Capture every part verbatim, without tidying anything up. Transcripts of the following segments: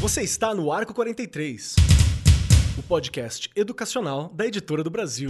Você está no Arco quarenta e três, o podcast educacional da Editora do Brasil.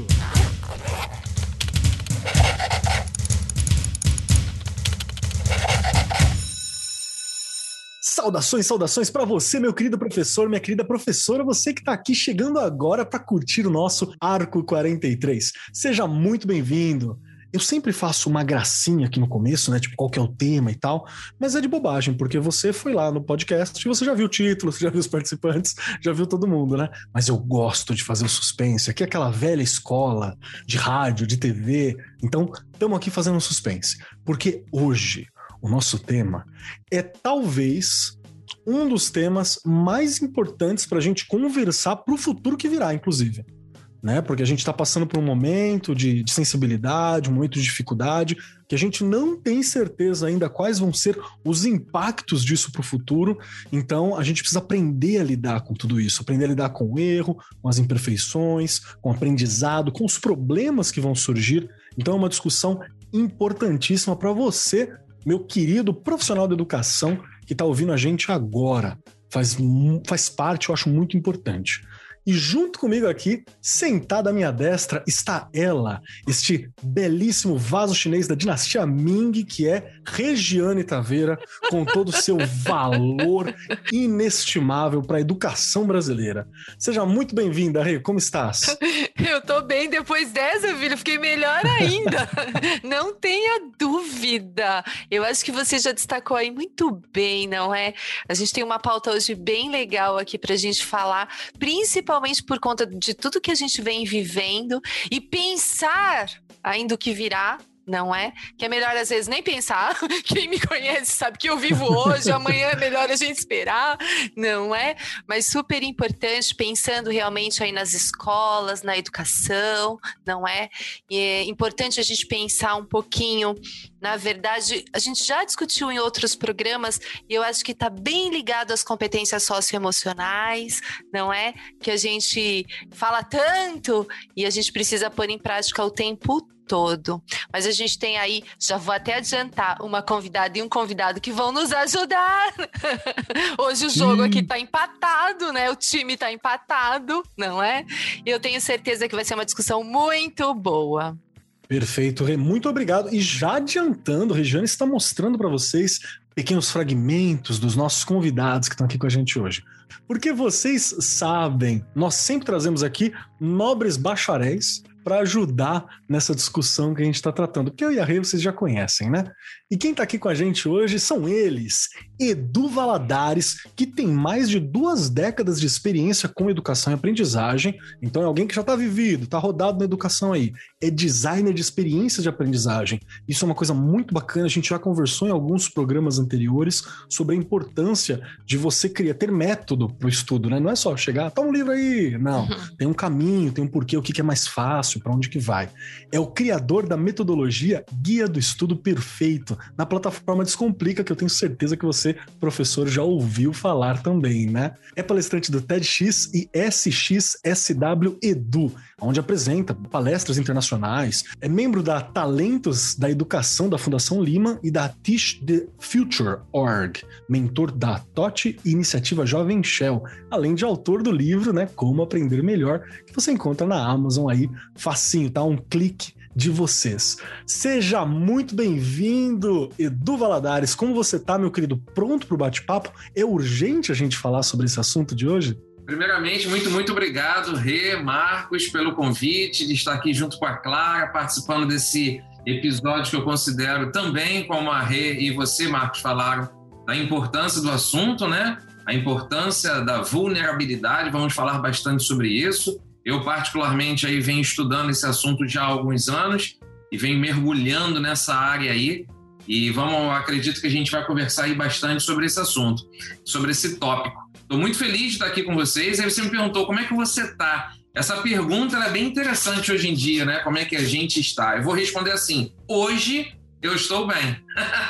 Saudações, saudações para você, meu querido professor, minha querida professora, você que está aqui chegando agora para curtir o nosso Arco quarenta e três. Seja muito bem-vindo. Eu sempre faço uma gracinha aqui no começo, né? Tipo, qual que é o tema e tal, mas é de bobagem, porque você foi lá no podcast e você já viu o título, você já viu os participantes, já viu todo mundo, né? Mas eu gosto de fazer o suspense. Aqui é aquela velha escola de rádio, de T V. Então, estamos aqui fazendo um suspense. Porque hoje, o nosso tema é talvez um dos temas mais importantes para a gente conversar para o futuro que virá, inclusive. Né? Porque a gente está passando por um momento de, de sensibilidade, um momento de dificuldade, que a gente não tem certeza ainda quais vão ser os impactos disso para o futuro. Então, a gente precisa aprender a lidar com tudo isso, aprender a lidar com o erro, com as imperfeições, com o aprendizado, com os problemas que vão surgir. Então, é uma discussão importantíssima para você, meu querido profissional da educação, que está ouvindo a gente agora. Faz, faz parte, eu acho muito importante. E junto comigo aqui, sentada à minha destra, está ela, este belíssimo vaso chinês da dinastia Ming, que é Regiane Taveira, com todo o seu valor inestimável para a educação brasileira. Seja muito bem-vinda, Rê, como estás? Eu tô bem depois dessa, filho, fiquei melhor ainda. Não tenha dúvida. Eu acho que você já destacou aí muito bem, não é? A gente tem uma pauta hoje bem legal aqui pra gente falar, principalmente por conta de tudo que a gente vem vivendo e pensar ainda o que virá, não é? Que é melhor às vezes nem pensar. Quem me conhece sabe que eu vivo hoje, amanhã é melhor a gente esperar, não é? Mas super importante, pensando realmente aí nas escolas, na educação, não é? E é importante a gente pensar um pouquinho. Na verdade, a gente já discutiu em outros programas e eu acho que está bem ligado às competências socioemocionais, não é? Que a gente fala tanto e a gente precisa pôr em prática o tempo todo. Mas a gente tem aí, já vou até adiantar, uma convidada e um convidado que vão nos ajudar. Hoje o jogo hum. aqui tá empatado, né? O time tá empatado, não é? E eu tenho certeza que vai ser uma discussão muito boa. Perfeito, Rê. Muito obrigado. E já adiantando, a Regiane está mostrando para vocês pequenos fragmentos dos nossos convidados que estão aqui com a gente hoje. Porque vocês sabem, nós sempre trazemos aqui nobres bacharéis para ajudar nessa discussão que a gente está tratando. Porque eu e a Rê vocês já conhecem, né? E quem está aqui com a gente hoje são eles, Edu Valadares, que tem mais de duas décadas de experiência com educação e aprendizagem. Então é alguém que já está vivido, está rodado na educação aí. É designer de experiências de aprendizagem. Isso é uma coisa muito bacana. A gente já conversou em alguns programas anteriores sobre a importância de você criar, ter método para o estudo, né? Não é só chegar, toma um livro aí. Não, uhum. Tem um caminho, tem um porquê, o que é mais fácil, para onde que vai. É o criador da metodologia Guia do Estudo Perfeito, na plataforma Descomplica, que eu tenho certeza que você, professor, já ouviu falar também, né? É palestrante do TEDx e S X S W Edu, onde apresenta palestras internacionais, é membro da Talentos da Educação da Fundação Lima e da Teach the Future ponto org, mentor da T O T e Iniciativa Jovem Shell, além de autor do livro, né, Como Aprender Melhor, que você encontra na Amazon aí, facinho, tá? Um clique de vocês. Seja muito bem-vindo, Edu Valadares. Como você tá, meu querido? Pronto para o bate-papo? É urgente a gente falar sobre esse assunto de hoje? Primeiramente, muito, muito obrigado, Rê, Marcos, pelo convite de estar aqui junto com a Clara, participando desse episódio que eu considero também, como a Rê e você, Marcos, falaram, da importância do assunto, né? A importância da vulnerabilidade, vamos falar bastante sobre isso. Eu, particularmente, aí venho estudando esse assunto já há alguns anos e venho mergulhando nessa área aí. E vamos, acredito que a gente vai conversar aí bastante sobre esse assunto, sobre esse tópico. Estou muito feliz de estar aqui com vocês. Aí você me perguntou como é que você está. Essa pergunta ela é bem interessante hoje em dia, né? Como é que a gente está? Eu vou responder assim, hoje eu estou bem.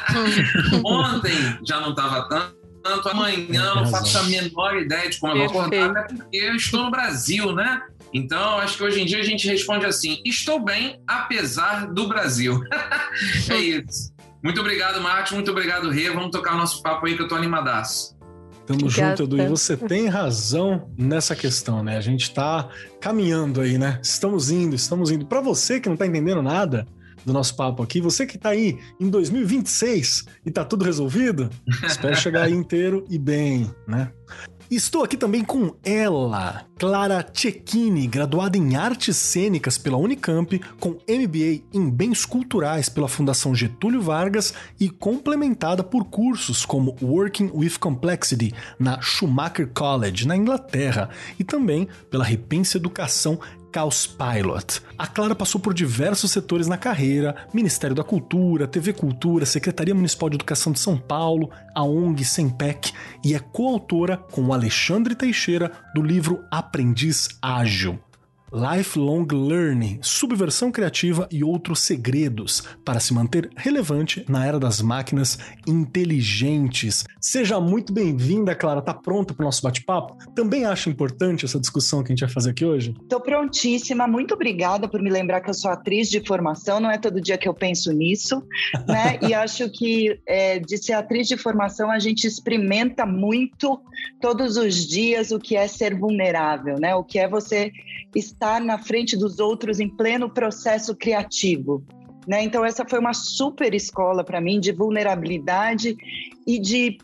Ontem já não estava tanto. Tanto amanhã não faço a menor ideia de como eu vou acordar, até porque eu estou no Brasil, né? Então, acho que hoje em dia a gente responde assim, estou bem, apesar do Brasil. É isso. Muito obrigado, Marcos, muito obrigado, Rê. Vamos tocar o nosso papo aí que eu tô animadaço. Tamo junto, Edu, e você tem razão nessa questão, né? A gente tá caminhando aí, né? Estamos indo, estamos indo. Para você que não tá entendendo nada do nosso papo aqui, você que tá aí em dois mil e vinte e seis e tá tudo resolvido, espero chegar aí inteiro e bem, né? Estou aqui também com ela, Clara Cecchini, graduada em Artes Cênicas pela Unicamp, com M B A em Bens Culturais pela Fundação Getúlio Vargas e complementada por cursos como Working with Complexity na Schumacher College, na Inglaterra, e também pela Repense Educação Caos Pilot. A Clara passou por diversos setores na carreira: Ministério da Cultura, T V Cultura, Secretaria Municipal de Educação de São Paulo, a ONG Sempec, e é coautora com o Alexandre Teixeira do livro Aprendiz Ágil. Lifelong Learning, Subversão Criativa e Outros Segredos para se manter relevante na era das máquinas inteligentes. Seja muito bem-vinda, Clara. Tá pronta para o nosso bate-papo? Também acho importante essa discussão que a gente vai fazer aqui hoje? Tô prontíssima. Muito obrigada por me lembrar que eu sou atriz de formação. Não é todo dia que eu penso nisso, né? E acho que é, de ser atriz de formação a gente experimenta muito todos os dias o que é ser vulnerável, né? O que é você estar na frente dos outros em pleno processo criativo, né? Então essa foi uma super escola para mim de vulnerabilidade e de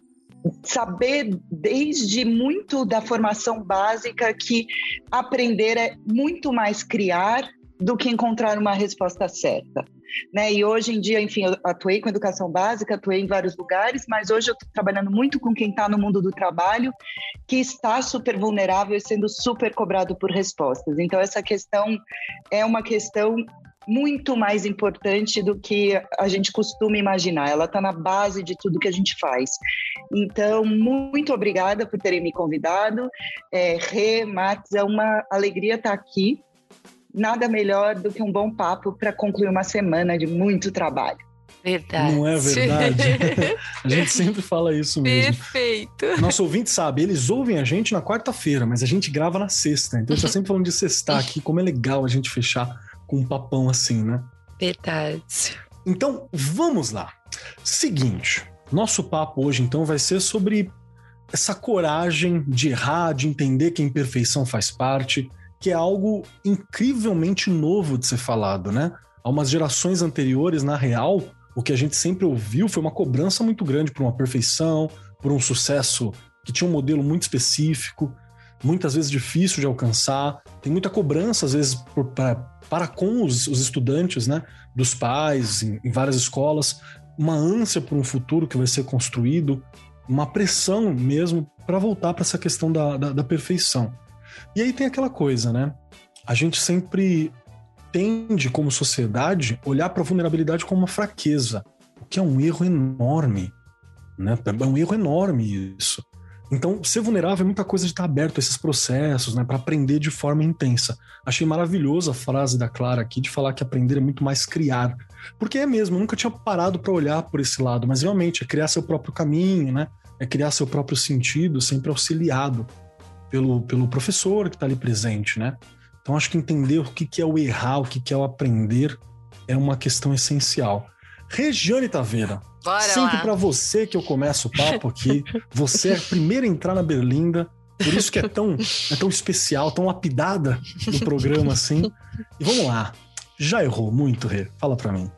saber desde muito da formação básica que aprender é muito mais criar do que encontrar uma resposta certa, né? E hoje em dia, enfim, eu atuei com educação básica, atuei em vários lugares, mas hoje eu estou trabalhando muito com quem está no mundo do trabalho, que está super vulnerável e sendo super cobrado por respostas. Então essa questão é uma questão muito mais importante do que a gente costuma imaginar. Ela está na base de tudo que a gente faz. Então, muito obrigada por terem me convidado. É, Rê, Marcos, é uma alegria estar aqui. Nada melhor do que um bom papo para concluir uma semana de muito trabalho. Verdade. Não é verdade? A gente sempre fala isso mesmo. Perfeito. Nosso ouvinte sabe, eles ouvem a gente na quarta-feira, mas a gente grava na sexta. Então a gente tá sempre falando de sextar aqui, como é legal a gente fechar com um papão assim, né? Verdade. Então, vamos lá. Seguinte, nosso papo hoje então vai ser sobre essa coragem de errar, de entender que a imperfeição faz parte, que é algo incrivelmente novo de ser falado, né? Há umas gerações anteriores, na real, o que a gente sempre ouviu foi uma cobrança muito grande por uma perfeição, por um sucesso que tinha um modelo muito específico, muitas vezes difícil de alcançar. Tem muita cobrança, às vezes, por, pra, para com os, os estudantes, né? Dos pais, em, em várias escolas, uma ânsia por um futuro que vai ser construído, uma pressão mesmo para voltar para essa questão da, da, da perfeição. E aí tem aquela coisa, né? A gente sempre tende, como sociedade, olhar para a vulnerabilidade como uma fraqueza, o que é um erro enorme, né? É um erro enorme isso. Então, ser vulnerável é muita coisa de estar aberto a esses processos, né? Para aprender de forma intensa. Achei maravilhosa a frase da Clara aqui de falar que aprender é muito mais criar. Porque é mesmo, eu nunca tinha parado para olhar por esse lado, mas realmente é criar seu próprio caminho, né? É criar seu próprio sentido, sempre auxiliado Pelo, pelo professor que está ali presente, né? Então acho que entender o que, que é o errar, o que, que é o aprender é uma questão essencial. Regiane Taveira, Bora sempre lá. para você que eu começo o papo aqui. Você é a primeira a entrar na Berlinda, por isso que é tão, é tão especial, tão lapidada no programa assim. E vamos lá, já errou muito, Rê? Fala para mim.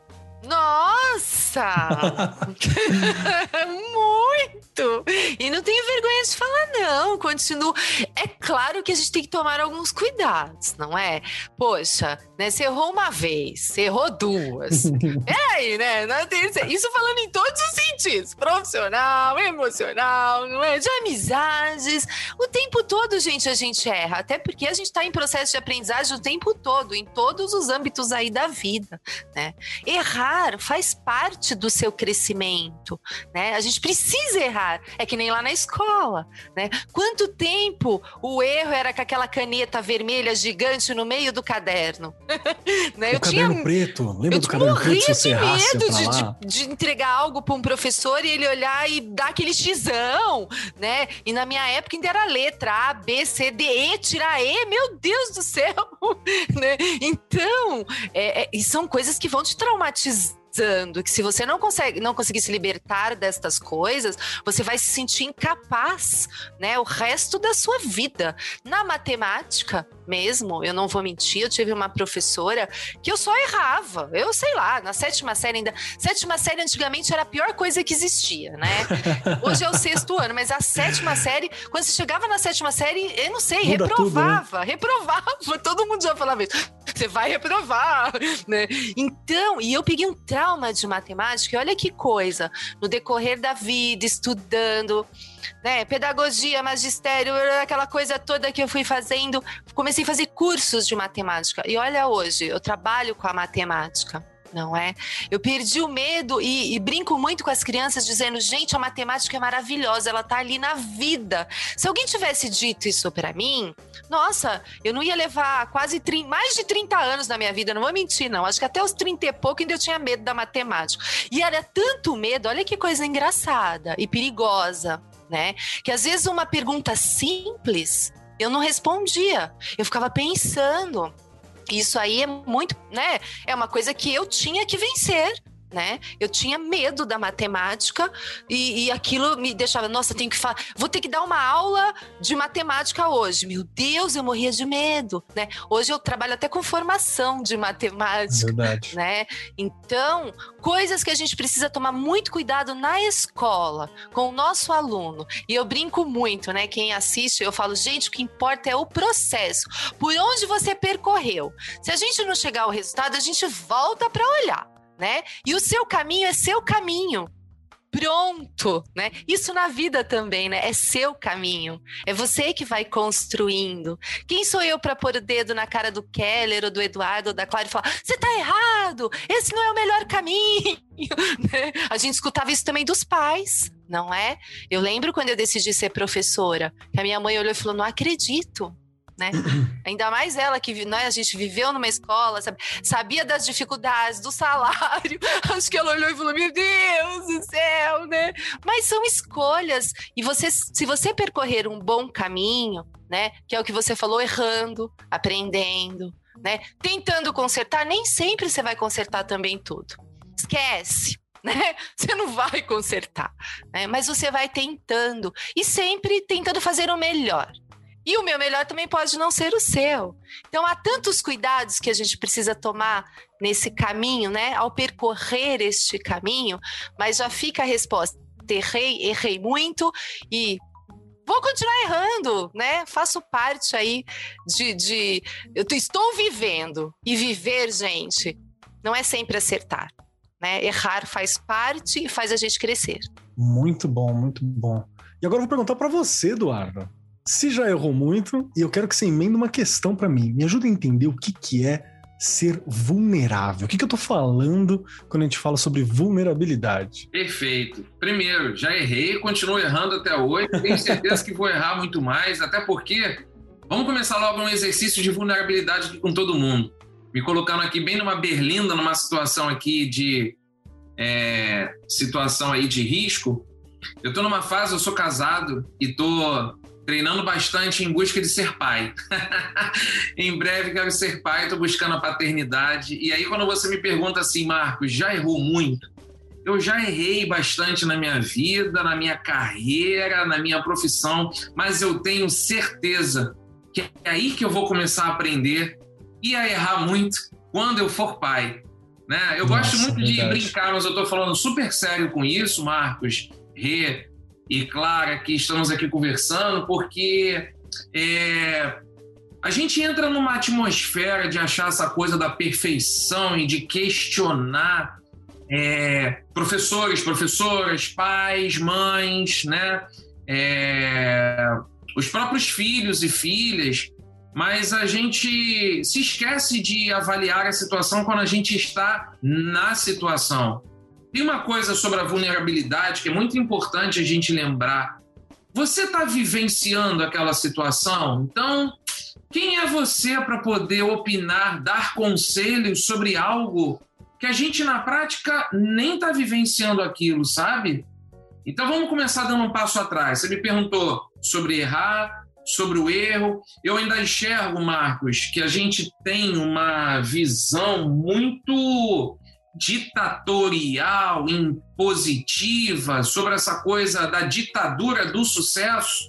Nossa! Muito! E não tenho vergonha de falar, não. Continuo. É claro que a gente tem que tomar alguns cuidados, não é? Poxa, né? Você errou uma vez, você errou duas. Peraí, né? Isso falando em todos os sentidos. Profissional, emocional, não é? De amizades. O tempo todo, gente, a gente erra. Até porque a gente tá em processo de aprendizagem o tempo todo, em todos os âmbitos aí da vida, né? Errar faz parte do seu crescimento, né? A gente precisa errar. É que nem lá na escola, né? Quanto tempo o erro era com aquela caneta vermelha gigante no meio do caderno? Né? O eu caderno tinha, preto, lembra eu do caderno preto? morria Se você de errasse medo pra de, lá. de, de entregar algo para um professor e ele olhar e dar aquele xizão, né? E na minha época ainda era letra A, B, C, D, E, tirar E, meu Deus do céu! Né? Então, é, é, e são coisas que vão te traumatizar pesando, que se você não consegue, não conseguir se libertar destas coisas, você vai se sentir incapaz, né, o resto da sua vida. Na matemática mesmo, eu não vou mentir, eu tive uma professora que eu só errava, eu sei lá, na sétima série ainda, sétima série antigamente era a pior coisa que existia, né? Hoje é o sexto ano, mas a sétima série, quando você chegava na sétima série, eu não sei, Muda reprovava, tudo, né? reprovava, todo mundo já falava isso, você vai reprovar, né? Então, e eu peguei um trauma de matemática, e olha que coisa, no decorrer da vida, estudando, né, pedagogia, magistério, aquela coisa toda que eu fui fazendo, comecei a fazer cursos de matemática, e olha hoje, eu trabalho com a matemática. Não é? Eu perdi o medo e, e brinco muito com as crianças dizendo, gente, a matemática é maravilhosa, ela tá ali na vida. Se alguém tivesse dito isso pra mim, nossa, eu não ia levar quase trinta, mais de trinta anos na minha vida, não vou mentir não, acho que até os trinta e pouco ainda eu tinha medo da matemática. E era tanto medo, olha que coisa engraçada e perigosa, né? Que às vezes uma pergunta simples, eu não respondia, eu ficava pensando. Isso aí é muito, né? É uma coisa que eu tinha que vencer, né? Eu tinha medo da matemática e, e aquilo me deixava, nossa, tenho que falar, vou ter que dar uma aula de matemática hoje. Meu Deus, eu morria de medo, né? Hoje eu trabalho até com formação de matemática, Verdade. né? Então, coisas que a gente precisa tomar muito cuidado na escola, com o nosso aluno. E eu brinco muito, né? Quem assiste, eu falo, gente, o que importa é o processo. Por onde você percorreu. Se a gente não chegar ao resultado, a gente volta para olhar, né? E o seu caminho é seu caminho. Pronto, né? Isso na vida também, né? É seu caminho. É você que vai construindo. Quem sou eu para pôr o dedo na cara do Keller ou do Eduardo ou da Clara e falar, você tá errado, esse não é o melhor caminho, né? A gente escutava isso também dos pais, não é? Eu lembro quando eu decidi ser professora, que a minha mãe olhou e falou, não acredito. Né? Ainda mais ela que, né, a gente viveu numa escola, sabe, sabia das dificuldades, do salário. Acho que ela olhou e falou, meu Deus do céu, né? Mas são escolhas. E você, se você percorrer um bom caminho, né, que é o que você falou, errando, aprendendo, né, tentando consertar, nem sempre você vai consertar também tudo. Esquece. Né? Você não vai consertar, né? Mas você vai tentando e sempre tentando fazer o melhor. E o meu melhor também pode não ser o seu. Então, há tantos cuidados que a gente precisa tomar nesse caminho, né? Ao percorrer este caminho, mas já fica a resposta. Errei, errei muito e vou continuar errando, né? Faço parte aí de... de... Eu estou vivendo. E viver, gente, não é sempre acertar, né? Errar faz parte e faz a gente crescer. Muito bom, muito bom. E agora eu vou perguntar para você, Eduardo. Se já errou muito, e eu quero que você emenda uma questão para mim. Me ajuda a entender o que, que é ser vulnerável. O que, que eu tô falando quando a gente fala sobre vulnerabilidade? Perfeito. Primeiro, já errei, continuo errando até hoje. Tenho certeza que vou errar muito mais, até porque... Vamos começar logo um exercício de vulnerabilidade aqui com todo mundo. Me colocando aqui bem numa berlinda, numa situação aqui de... É, situação aí de risco. Eu tô numa fase, eu sou casado e tô... treinando bastante em busca de ser pai. Em breve quero ser pai, estou buscando a paternidade. E aí quando você me pergunta assim, Marcos, já errou muito? Eu já errei bastante na minha vida, na minha carreira, na minha profissão, mas eu tenho certeza que é aí que eu vou começar a aprender e a errar muito quando eu for pai. Né? Eu Nossa, gosto muito verdade. de brincar, mas eu estou falando super sério com isso, Marcos, Rê, e Clara, que estamos aqui conversando, porque é, a gente entra numa atmosfera de achar essa coisa da perfeição e de questionar é, professores, professoras, pais, mães, né? É, os próprios filhos e filhas, mas a gente se esquece de avaliar a situação quando a gente está na situação. Tem uma coisa sobre a vulnerabilidade que é muito importante a gente lembrar. Você está vivenciando aquela situação? Então, quem é você para poder opinar, dar conselhos sobre algo que a gente, na prática, nem está vivenciando aquilo, sabe? Então, vamos começar dando um passo atrás. Você me perguntou sobre errar, sobre o erro. Eu ainda enxergo, Marcos, que a gente tem uma visão muito... ditatorial, impositiva, sobre essa coisa da ditadura do sucesso,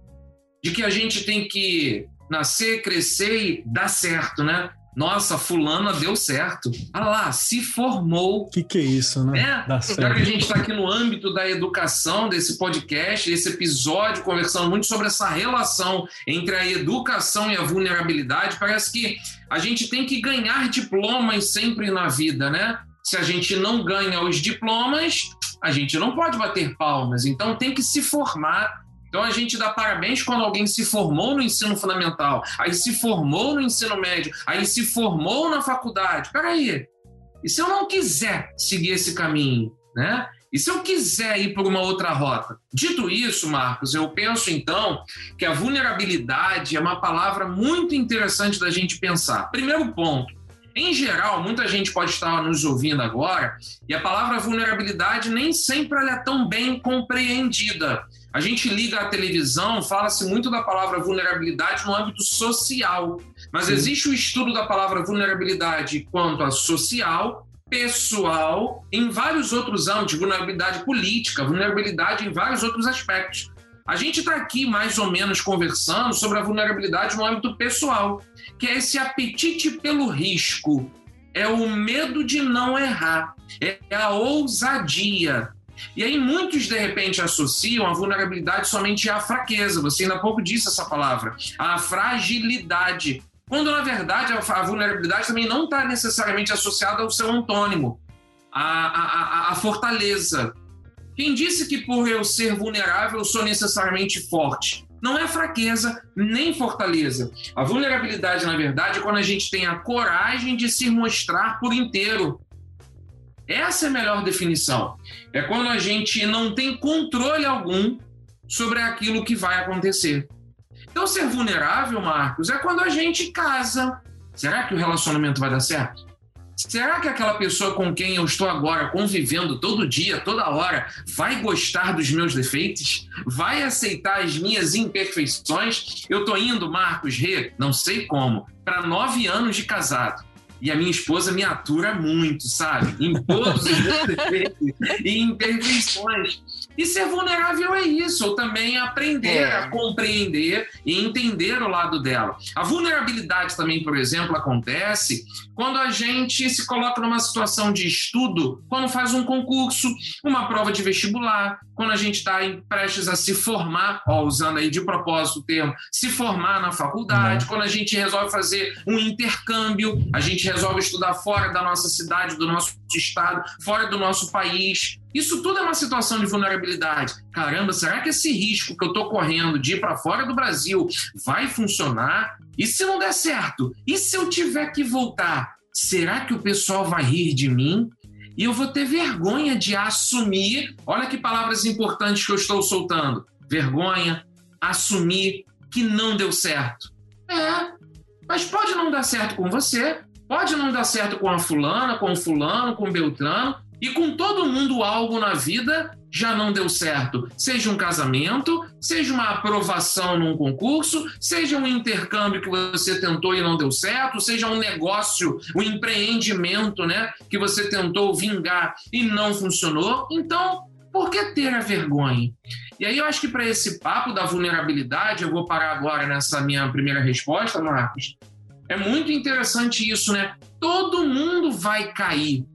de que a gente tem que nascer, crescer e dar certo, né? Nossa, fulana deu certo. Olha lá, se formou. O que, que é isso, né? É? Dá Já certo. que a gente está aqui no âmbito da educação, desse podcast, desse episódio, conversando muito sobre essa relação entre a educação e a vulnerabilidade, parece que a gente tem que ganhar diplomas sempre na vida, né? Se a gente não ganha os diplomas, a gente não pode bater palmas. Então tem que se formar. Então a gente dá parabéns quando alguém se formou no ensino fundamental, aí se formou no ensino médio, aí se formou na faculdade. Peraí, e se eu não quiser seguir esse caminho, né? E se eu quiser ir por uma outra rota? Dito isso, Marcos, eu penso então que a vulnerabilidade é uma palavra muito interessante da gente pensar. Primeiro ponto, em geral, muita gente pode estar nos ouvindo agora e a palavra vulnerabilidade nem sempre ela é tão bem compreendida. A gente liga a televisão, fala-se muito da palavra vulnerabilidade no âmbito social, mas Sim. existe o estudo da palavra vulnerabilidade quanto a social, pessoal, em vários outros âmbitos, vulnerabilidade política, vulnerabilidade em vários outros aspectos. A gente está aqui mais ou menos conversando sobre a vulnerabilidade no âmbito pessoal, que é esse apetite pelo risco, é o medo de não errar, é a ousadia. E aí muitos, de repente, associam a vulnerabilidade somente à fraqueza. Você ainda há pouco disse essa palavra, à fragilidade. Quando, na verdade, a vulnerabilidade também não está necessariamente associada ao seu antônimo, à, à, à fortaleza. Quem disse que por eu ser vulnerável eu sou necessariamente forte? Não é fraqueza nem fortaleza. A vulnerabilidade, na verdade, é quando a gente tem a coragem de se mostrar por inteiro. Essa é a melhor definição. É quando a gente não tem controle algum sobre aquilo que vai acontecer. Então, ser vulnerável, Marcos, é quando a gente casa. Será que o relacionamento vai dar certo? Será que aquela pessoa com quem eu estou agora convivendo todo dia, toda hora, vai gostar dos meus defeitos? Vai aceitar as minhas imperfeições? Eu estou indo, Marcos, Rê, não sei como, para nove anos de casado. E a minha esposa me atura muito, sabe? Em todos os meus defeitos e imperfeições. E ser vulnerável é isso, ou também aprender é. a compreender e entender o lado dela. A vulnerabilidade também, por exemplo, acontece quando a gente se coloca numa situação de estudo, quando faz um concurso, uma prova de vestibular, quando a gente está prestes a se formar, ó, usando aí de propósito o termo, se formar na faculdade, uhum. quando a gente resolve fazer um intercâmbio, a gente resolve estudar fora da nossa cidade, do nosso estado, fora do nosso país. Isso tudo é uma situação de vulnerabilidade. Caramba, será que esse risco que eu estou correndo de ir para fora do Brasil vai funcionar? E se não der certo? E se eu tiver que voltar? Será que o pessoal vai rir de mim? E eu vou ter vergonha de assumir. Olha que palavras importantes que eu estou soltando. Vergonha, assumir que não deu certo. É, mas pode não dar certo com você, pode não dar certo com a fulana, com o fulano, com o beltrano, e com todo mundo algo na vida já não deu certo. Seja um casamento, seja uma aprovação num concurso, seja um intercâmbio que você tentou e não deu certo, seja um negócio, um empreendimento, né, que você tentou vingar e não funcionou. Então, por que ter a vergonha? E aí eu acho que para esse papo da vulnerabilidade, eu vou parar agora nessa minha primeira resposta, Marcos. É muito interessante isso, né? Todo mundo vai cair.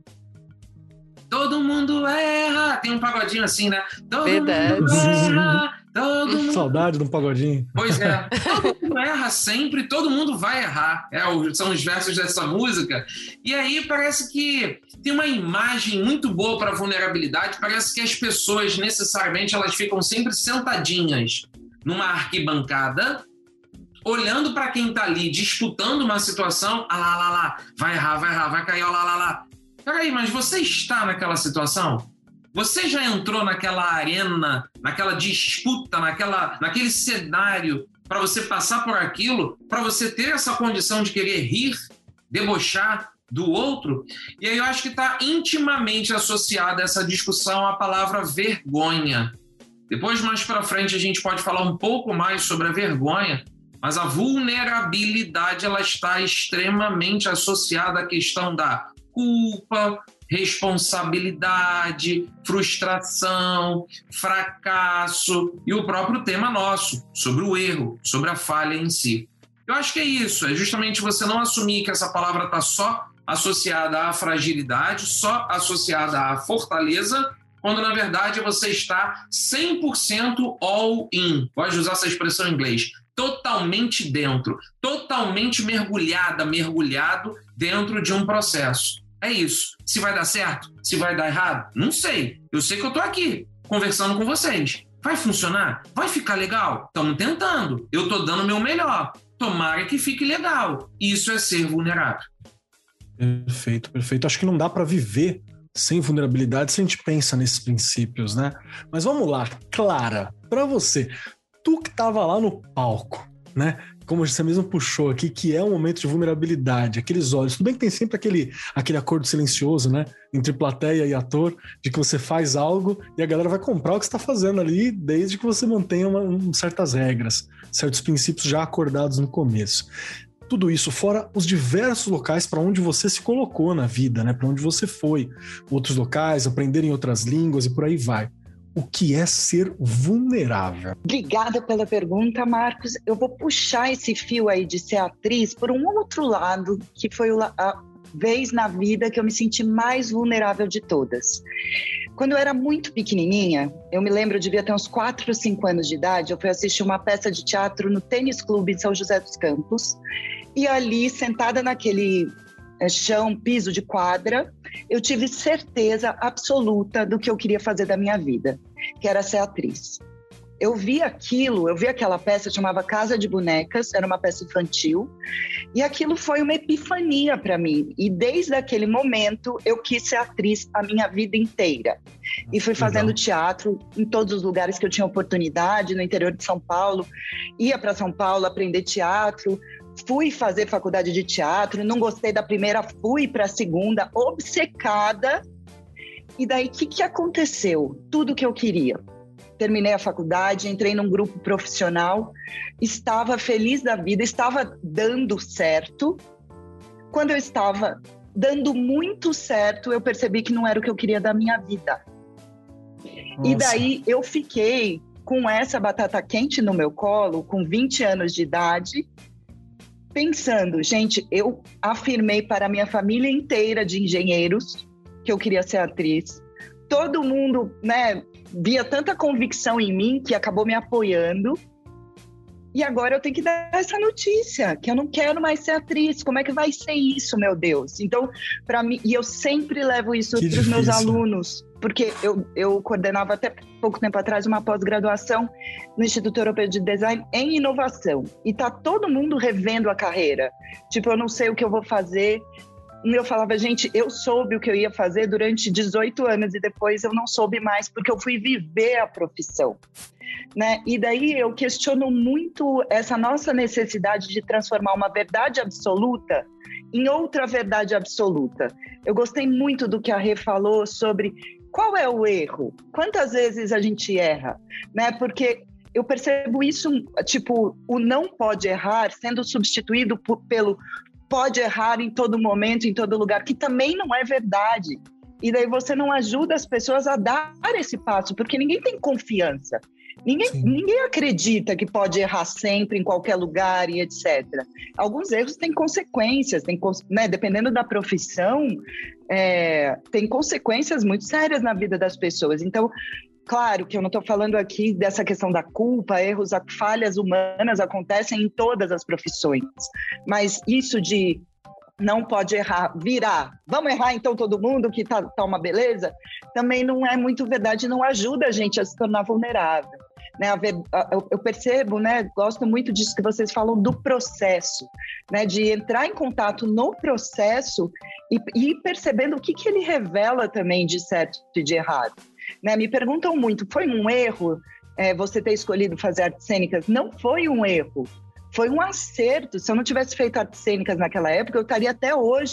Todo mundo erra. Tem um pagodinho assim, né? Todo Verdade. mundo erra. Todo mundo... Saudade de um pagodinho. Pois é. Todo mundo erra sempre, todo mundo vai errar. É, são os versos dessa música. E aí parece que tem uma imagem muito boa para a vulnerabilidade. Parece que as pessoas, necessariamente, elas ficam sempre sentadinhas numa arquibancada, olhando para quem está ali, disputando uma situação. Ah lá, lá, lá. Vai errar, vai errar, vai cair, ó, lá, lá, lá. Peraí, mas você está naquela situação? Você já entrou naquela arena, naquela disputa, naquela, naquele cenário para você passar por aquilo, para você ter essa condição de querer rir, debochar do outro? E aí eu acho que está intimamente associada essa discussão à palavra vergonha. Depois, mais para frente, a gente pode falar um pouco mais sobre a vergonha, mas a vulnerabilidade ela está extremamente associada à questão da culpa, responsabilidade, frustração, fracasso e o próprio tema nosso, sobre o erro, sobre a falha em si. Eu acho que é isso, é justamente você não assumir que essa palavra está só associada à fragilidade, só associada à fortaleza, quando na verdade você está cem por cento all in. Gosto de usar essa expressão em inglês. Totalmente dentro, totalmente mergulhada, mergulhado dentro de um processo. É isso. Se vai dar certo? Se vai dar errado? Não sei. Eu sei que eu estou aqui, conversando com vocês. Vai funcionar? Vai ficar legal? Estamos tentando. Eu estou dando o meu melhor. Tomara que fique legal. Isso é ser vulnerável. Perfeito, perfeito. Acho que não dá para viver sem vulnerabilidade se a gente pensa nesses princípios, né? Mas vamos lá, Clara, para você, tu que estava lá no palco, né? Como você mesmo puxou aqui, que é um momento de vulnerabilidade, aqueles olhos. Tudo bem que tem sempre aquele, aquele acordo silencioso, né? Entre plateia e ator, de que você faz algo e a galera vai comprar o que você está fazendo ali, desde que você mantenha uma, um, certas regras, certos princípios já acordados no começo. Tudo isso fora os diversos locais para onde você se colocou na vida, né? Para onde você foi. Outros locais, aprender em outras línguas e por aí vai. O que é ser vulnerável? Obrigada pela pergunta, Marcos. Eu vou puxar esse fio aí de ser atriz por um outro lado, que foi a vez na vida que eu me senti mais vulnerável de todas. Quando eu era muito pequenininha, eu me lembro, eu devia ter uns quatro, cinco anos de idade, eu fui assistir uma peça de teatro no Tênis Clube em São José dos Campos, e ali, sentada naquele chão, piso de quadra, eu tive certeza absoluta do que eu queria fazer da minha vida, que era ser atriz. Eu vi aquilo, eu vi aquela peça, chamava Casa de Bonecas, era uma peça infantil, e aquilo foi uma epifania para mim. E desde aquele momento, eu quis ser atriz a minha vida inteira. E fui fazendo Legal. Teatro em todos os lugares que eu tinha oportunidade, no interior de São Paulo. Ia para São Paulo aprender teatro, fui fazer faculdade de teatro, não gostei da primeira, fui para a segunda, obcecada. E daí, o que, que aconteceu? Tudo que eu queria. Terminei a faculdade, entrei num grupo profissional, estava feliz da vida, estava dando certo. Quando eu estava dando muito certo, eu percebi que não era o que eu queria da minha vida. Nossa. E daí eu fiquei com essa batata quente no meu colo, com vinte anos de idade, pensando, gente, eu afirmei para a minha família inteira de engenheiros que eu queria ser atriz. Todo mundo, né, via tanta convicção em mim que acabou me apoiando. E agora eu tenho que dar essa notícia, que eu não quero mais ser atriz. Como é que vai ser isso, meu Deus? Então, para mim, e eu sempre levo isso para os meus alunos, porque eu, eu coordenava até pouco tempo atrás uma pós-graduação no Instituto Europeu de Design em inovação. E tá todo mundo revendo a carreira. Tipo, eu não sei o que eu vou fazer. Eu falava, gente, eu soube o que eu ia fazer durante dezoito anos e depois eu não soube mais porque eu fui viver a profissão, né? E daí eu questiono muito essa nossa necessidade de transformar uma verdade absoluta em outra verdade absoluta. Eu gostei muito do que a Rê falou sobre qual é o erro, quantas vezes a gente erra, né? Porque eu percebo isso, tipo, o não pode errar sendo substituído por, pelo pode errar em todo momento, em todo lugar, que também não é verdade. E daí você não ajuda as pessoas a dar esse passo, porque ninguém tem confiança. Ninguém, ninguém acredita que pode errar sempre, em qualquer lugar e etcétera. Alguns erros têm consequências, tem, né, dependendo da profissão, é, tem consequências muito sérias na vida das pessoas. Então, claro que eu não estou falando aqui dessa questão da culpa, erros, falhas humanas acontecem em todas as profissões. Mas isso de não pode errar, virar, vamos errar então todo mundo, que tá, tá uma beleza, também não é muito verdade, não ajuda a gente a se tornar vulnerável. Né, eu percebo, né, gosto muito disso que vocês falam do processo, né, de entrar em contato no processo e, e ir percebendo o que, que ele revela também de certo e de errado. Né, me perguntam muito, foi um erro é, você ter escolhido fazer artes cênicas? Não foi um erro, foi um acerto. Se eu não tivesse feito artes cênicas naquela época, eu estaria até hoje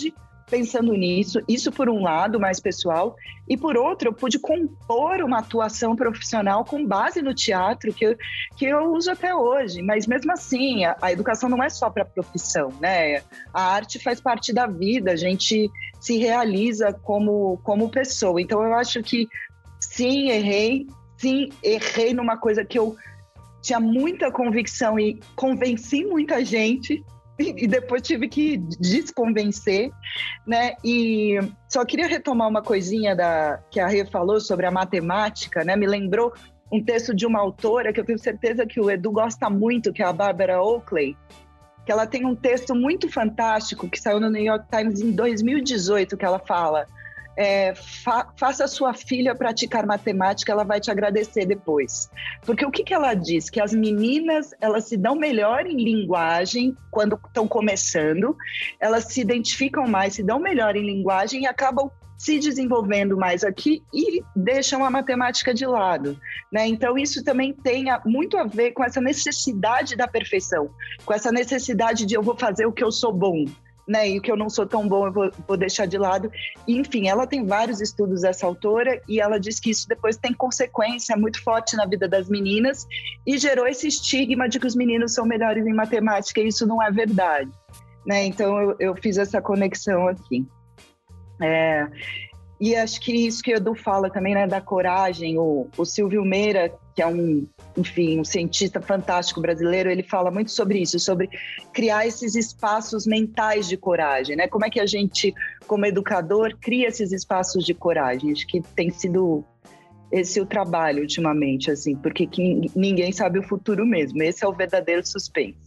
pensando nisso, isso por um lado, mais pessoal, e por outro, eu pude compor uma atuação profissional com base no teatro que eu, que eu uso até hoje, mas mesmo assim, a, a educação não é só para a profissão, né? A arte faz parte da vida, a gente se realiza como, como pessoa, então eu acho que sim, errei, sim, errei numa coisa que eu tinha muita convicção e convenci muita gente, e depois tive que desconvencer, né? E só queria retomar uma coisinha da, que a Rê falou sobre a matemática, né? Me lembrou um texto de uma autora que eu tenho certeza que o Edu gosta muito, que é a Barbara Oakley, que ela tem um texto muito fantástico que saiu no New York Times em dois mil e dezoito, que ela fala: É, fa- faça sua filha praticar matemática, ela vai te agradecer depois. Porque o que, que ela diz? Que as meninas, elas se dão melhor em linguagem quando estão começando, elas se identificam mais, se dão melhor em linguagem e acabam se desenvolvendo mais aqui e deixam a matemática de lado, né? Então isso também tem a, muito a ver com essa necessidade da perfeição, com essa necessidade de eu vou fazer o que eu sou bom, né, e o que eu não sou tão bom eu vou, vou deixar de lado. E, enfim, ela tem vários estudos, essa autora, e ela diz que isso depois tem consequência muito forte na vida das meninas e gerou esse estigma de que os meninos são melhores em matemática, e isso não é verdade, né? Então eu, eu fiz essa conexão aqui. É, e acho que isso que o Edu fala também, né, da coragem, o, o Silvio Meira, que é um, enfim, um cientista fantástico brasileiro, ele fala muito sobre isso, sobre criar esses espaços mentais de coragem, né? Como é que a gente, como educador, cria esses espaços de coragem? Acho que tem sido esse o trabalho ultimamente, assim, porque que ninguém sabe o futuro mesmo. Esse é o verdadeiro suspense.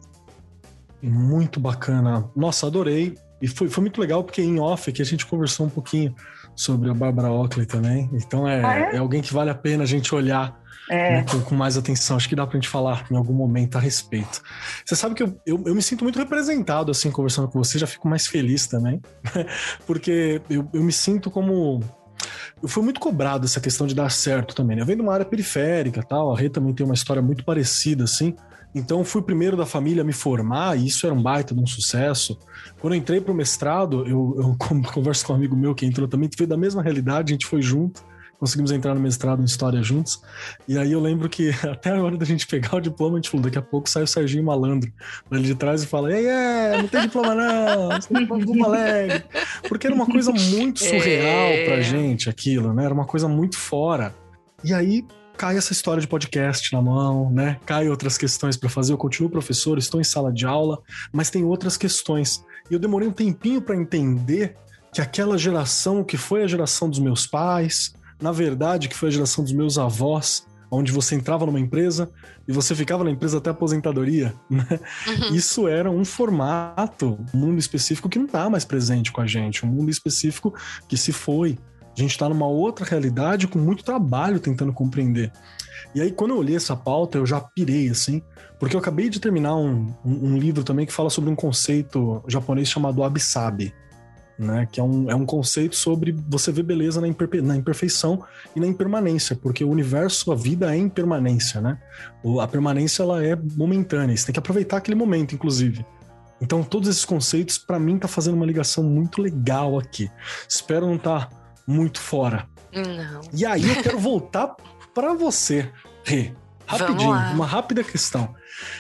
Muito bacana. Nossa, adorei. E foi, foi muito legal porque em off aqui a gente conversou um pouquinho sobre a Barbara Oakley também. Então é, ah, é? é alguém que vale a pena a gente olhar é. né, com, com mais atenção. Acho que dá pra gente falar em algum momento a respeito. Você sabe que eu, eu, eu me sinto muito representado assim, conversando com você, já fico mais feliz também. Porque eu, eu me sinto como... Eu fui muito cobrado essa questão de dar certo também, né? Eu venho de uma área periférica e tal, a Rê também tem uma história muito parecida, assim. Então, fui o primeiro da família a me formar, e isso era um baita de um sucesso. Quando eu entrei pro mestrado, eu, eu converso com um amigo meu que entrou também, que veio da mesma realidade, a gente foi junto, conseguimos entrar no mestrado em História juntos. E aí eu lembro que até a hora da gente pegar o diploma, a gente falou, daqui a pouco sai o Serginho Malandro ali de trás e fala, ei, é, não tem diploma não, você não tem diploma alegre. Porque era uma coisa muito surreal é... pra gente aquilo, né? Era uma coisa muito fora. E aí... cai essa história de podcast na mão, né? Cai outras questões para fazer. Eu continuo professor, estou em sala de aula, mas tem outras questões. E eu demorei um tempinho para entender que aquela geração que foi a geração dos meus pais, na verdade, que foi a geração dos meus avós, onde você entrava numa empresa e você ficava na empresa até a aposentadoria, né? Uhum. Isso era um formato, um mundo específico que não está mais presente com a gente, um mundo específico que se foi. A gente está numa outra realidade com muito trabalho tentando compreender. E aí, quando eu olhei essa pauta, eu já pirei, assim, porque eu acabei de terminar um, um, um livro também que fala sobre um conceito japonês chamado Wabi-Sabi, né? Que é um, é um conceito sobre você ver beleza na, imperfe- na imperfeição e na impermanência, porque o universo, a vida é impermanência, né? A permanência, ela é momentânea, você tem que aproveitar aquele momento, inclusive. Então, todos esses conceitos, para mim, tá fazendo uma ligação muito legal aqui. Espero não estar... Tá muito fora. Não. E aí eu quero voltar para você, Rê. Rapidinho, uma rápida questão.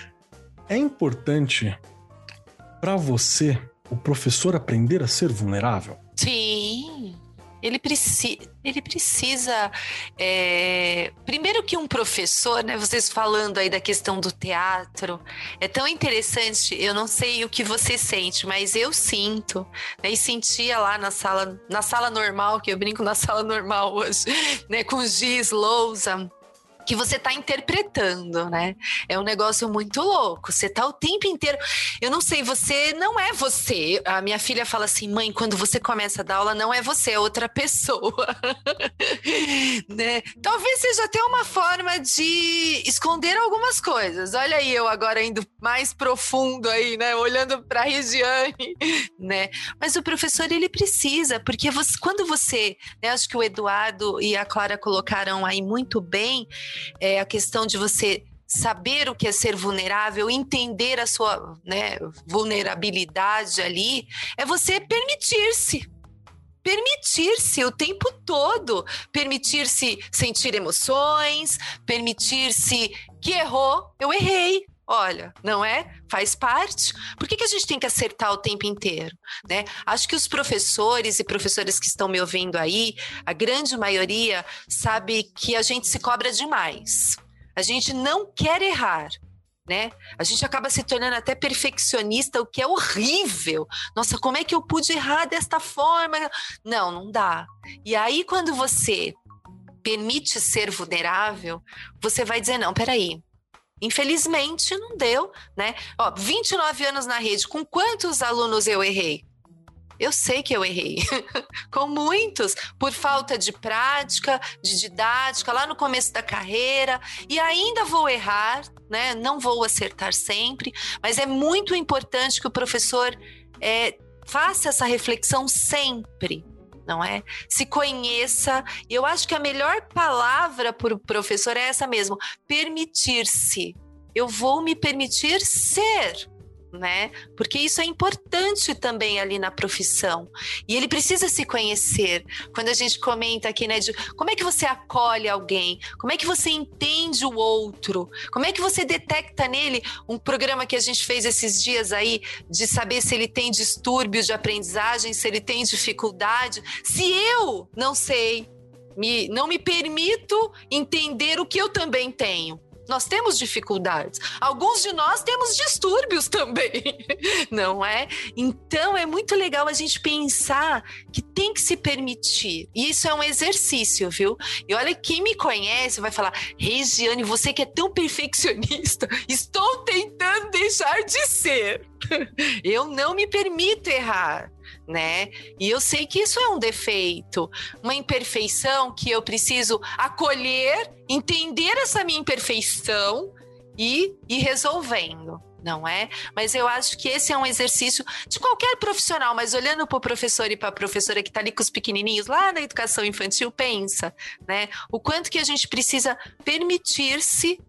É importante para você o professor aprender a ser vulnerável? Sim. Ele, preci- ele precisa... É... Primeiro que um professor, né? Vocês falando aí da questão do teatro, é tão interessante, eu não sei o que você sente, mas eu sinto, né? E sentia lá na sala, na sala normal, que eu brinco na sala normal hoje, né? Com Giz, Lousa, que você tá interpretando, né? É um negócio muito louco. Você tá o tempo inteiro... Eu não sei, você não é você. A minha filha fala assim, mãe, quando você começa a dar aula, não é você, é outra pessoa. Né? Talvez seja até uma forma de esconder algumas coisas. Olha aí, eu agora indo mais profundo aí, né? Olhando pra Regiane, né? Mas o professor, ele precisa, porque você, quando você... Né, acho que o Eduardo e a Clara colocaram aí muito bem... É a questão de você saber o que é ser vulnerável, entender a sua, né, vulnerabilidade ali, é você permitir-se. Permitir-se o tempo todo, permitir-se sentir emoções, permitir-se que errou, eu errei. Olha, não é? Faz parte. Por que que a gente tem que acertar o tempo inteiro, né? Acho que os professores e professoras que estão me ouvindo aí, a grande maioria sabe que a gente se cobra demais. A gente não quer errar, né? A gente acaba se tornando até perfeccionista, o que é horrível. Nossa, como é que eu pude errar desta forma? Não, não dá. E aí, quando você permite ser vulnerável, você vai dizer, não, peraí, infelizmente não deu, né? Ó, vinte e nove anos na rede, com quantos alunos eu errei? Eu sei que eu errei, com muitos, por falta de prática, de didática, lá no começo da carreira, e ainda vou errar, né? Não vou acertar sempre, mas é muito importante que o professor é, faça essa reflexão sempre, não é? Se conheça, e eu acho que a melhor palavra para o professor é essa mesmo, permitir-se. Eu vou me permitir ser, né? Porque isso é importante também ali na profissão. E ele precisa se conhecer. Quando a gente comenta aqui, né, de como é que você acolhe alguém, como é que você entende o outro, como é que você detecta nele um programa que a gente fez esses dias aí, de saber se ele tem distúrbios de aprendizagem, se ele tem dificuldade. Se eu não sei, me, não me permito entender o que eu também tenho. Nós temos dificuldades. Alguns de nós temos distúrbios também, não é? Então, é muito legal a gente pensar que tem que se permitir. E isso é um exercício, viu? E olha, quem me conhece vai falar, Regiane, você que é tão perfeccionista, estou tentando deixar de ser. Eu não me permito errar, né? E eu sei que isso é um defeito, uma imperfeição que eu preciso acolher, entender essa minha imperfeição e ir resolvendo, não é? Mas eu acho que esse é um exercício de qualquer profissional, mas olhando para o professor e para a professora que está ali com os pequenininhos lá na educação infantil, pensa, né? O quanto que a gente precisa permitir-se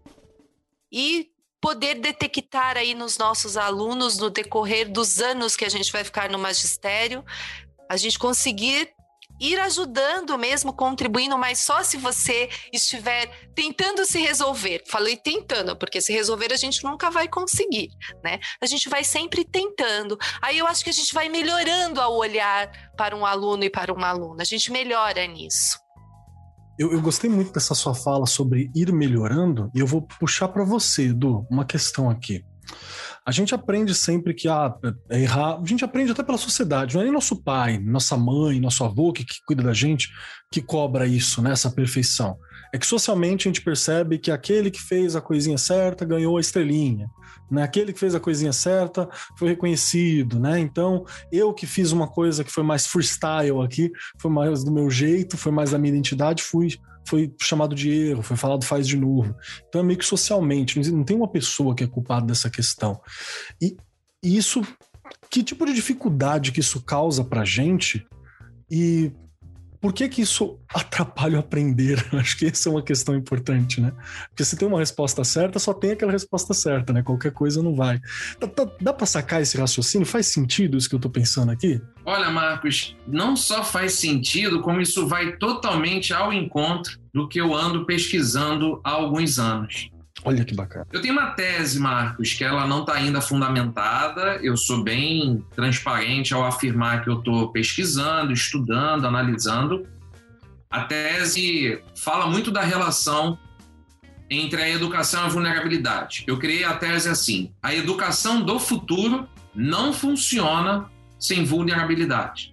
e poder detectar aí nos nossos alunos, no decorrer dos anos que a gente vai ficar no magistério, a gente conseguir ir ajudando mesmo, contribuindo, mas só se você estiver tentando se resolver. Falei tentando, porque se resolver a gente nunca vai conseguir, né? A gente vai sempre tentando. Aí eu acho que a gente vai melhorando ao olhar para um aluno e para uma aluna. A gente melhora nisso. Eu, eu gostei muito dessa sua fala sobre ir melhorando, e eu vou puxar para você, Edu, uma questão aqui. A gente aprende sempre que ah, é errar, a gente aprende até pela sociedade, não é nem nosso pai, nossa mãe, nosso avô que, que cuida da gente, que cobra isso, né, essa perfeição. É que socialmente a gente percebe que aquele que fez a coisinha certa ganhou a estrelinha, né? Aquele que fez a coisinha certa foi reconhecido, né? Então, eu que fiz uma coisa que foi mais freestyle aqui, foi mais do meu jeito, foi mais da minha identidade, fui, foi chamado de erro, foi falado faz de novo. Então é meio que socialmente, não tem uma pessoa que é culpada dessa questão. E, e isso, que tipo de dificuldade que isso causa pra gente e por que que isso atrapalha o aprender? Acho que essa é uma questão importante, né? Porque se tem uma resposta certa, só tem aquela resposta certa, né? Qualquer coisa não vai. Dá, dá, dá pra sacar esse raciocínio? Faz sentido isso que eu tô pensando aqui? Olha, Marcos, não só faz sentido, como isso vai totalmente ao encontro do que eu ando pesquisando há alguns anos. Olha que bacana. Eu tenho uma tese, Marcos, que ela não está ainda fundamentada. Eu sou bem transparente ao afirmar que eu estou pesquisando, estudando, analisando. A tese fala muito da relação entre a educação e a vulnerabilidade. Eu criei a tese assim: a educação do futuro não funciona sem vulnerabilidade.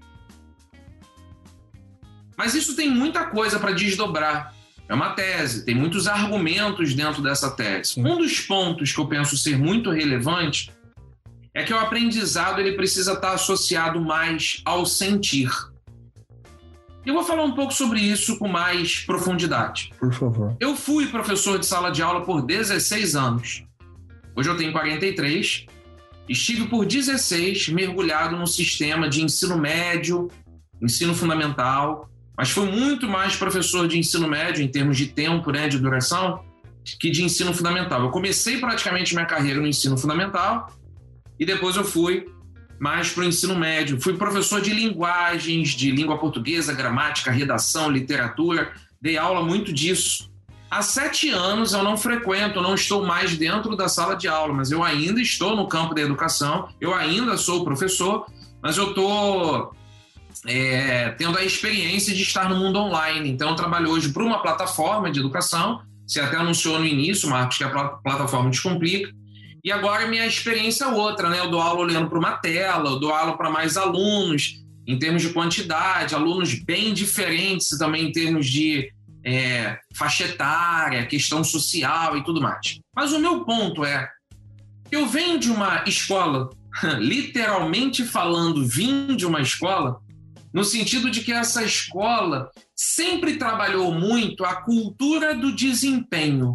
Mas isso tem muita coisa para desdobrar. É uma tese, tem muitos argumentos dentro dessa tese. Um dos pontos que eu penso ser muito relevante é que o aprendizado ele precisa estar associado mais ao sentir. Eu vou falar um pouco sobre isso com mais profundidade. Por favor. Eu fui professor de sala de aula por dezesseis anos. Hoje eu tenho quarenta e três. Estive por dezesseis mergulhado no sistema de ensino médio, ensino fundamental, mas fui muito mais professor de ensino médio, em termos de tempo, né, de duração, que de ensino fundamental. Eu comecei praticamente minha carreira no ensino fundamental e depois eu fui mais para o ensino médio. Fui professor de linguagens, de língua portuguesa, gramática, redação, literatura. Dei aula muito disso. Há sete anos eu não frequento, eu não estou mais dentro da sala de aula, mas eu ainda estou no campo da educação, eu ainda sou professor, mas eu estou é, tendo a experiência de estar no mundo online. Então eu trabalho hoje para uma plataforma de educação, você até anunciou no início, Marcos, que a plataforma Descomplica, e agora minha experiência é outra, né? Eu dou aula olhando para uma tela, eu dou aula para mais alunos, em termos de quantidade, alunos bem diferentes também em termos de é, faixa etária, questão social e tudo mais. Mas o meu ponto é, eu venho de uma escola, literalmente falando, vim de uma escola, no sentido de que essa escola sempre trabalhou muito a cultura do desempenho,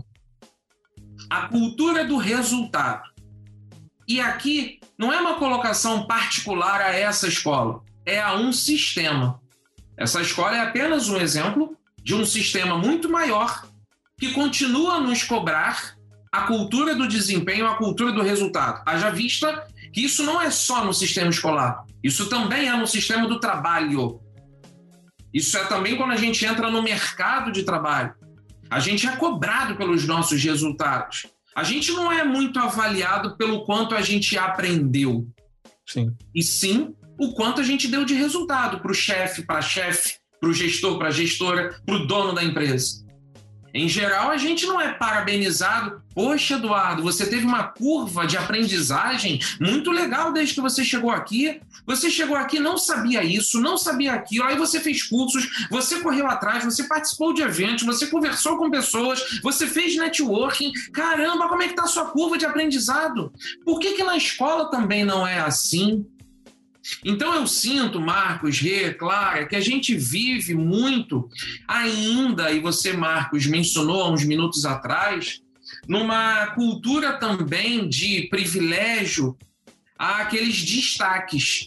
a cultura do resultado. E aqui não é uma colocação particular a essa escola, é a um sistema. Essa escola é apenas um exemplo de um sistema muito maior que continua a nos cobrar a cultura do desempenho, a cultura do resultado. Haja vista que isso não é só no sistema escolar, isso também é no sistema do trabalho. Isso é também quando a gente entra no mercado de trabalho. A gente é cobrado pelos nossos resultados. A gente não é muito avaliado pelo quanto a gente aprendeu. Sim. E sim o quanto a gente deu de resultado para o chefe, para a chefe, para o gestor, para a gestora, para o dono da empresa. Em geral, a gente não é parabenizado. Poxa, Eduardo, você teve uma curva de aprendizagem muito legal desde que você chegou aqui. Você chegou aqui, não sabia isso, não sabia aquilo, aí você fez cursos, você correu atrás, você participou de eventos, você conversou com pessoas, você fez networking. Caramba, como é que está a sua curva de aprendizado? Por que que na escola também não é assim? Então eu sinto, Marcos, Rê, Clara, que a gente vive muito ainda, e você, Marcos, mencionou há uns minutos atrás, numa cultura também de privilégio àqueles destaques.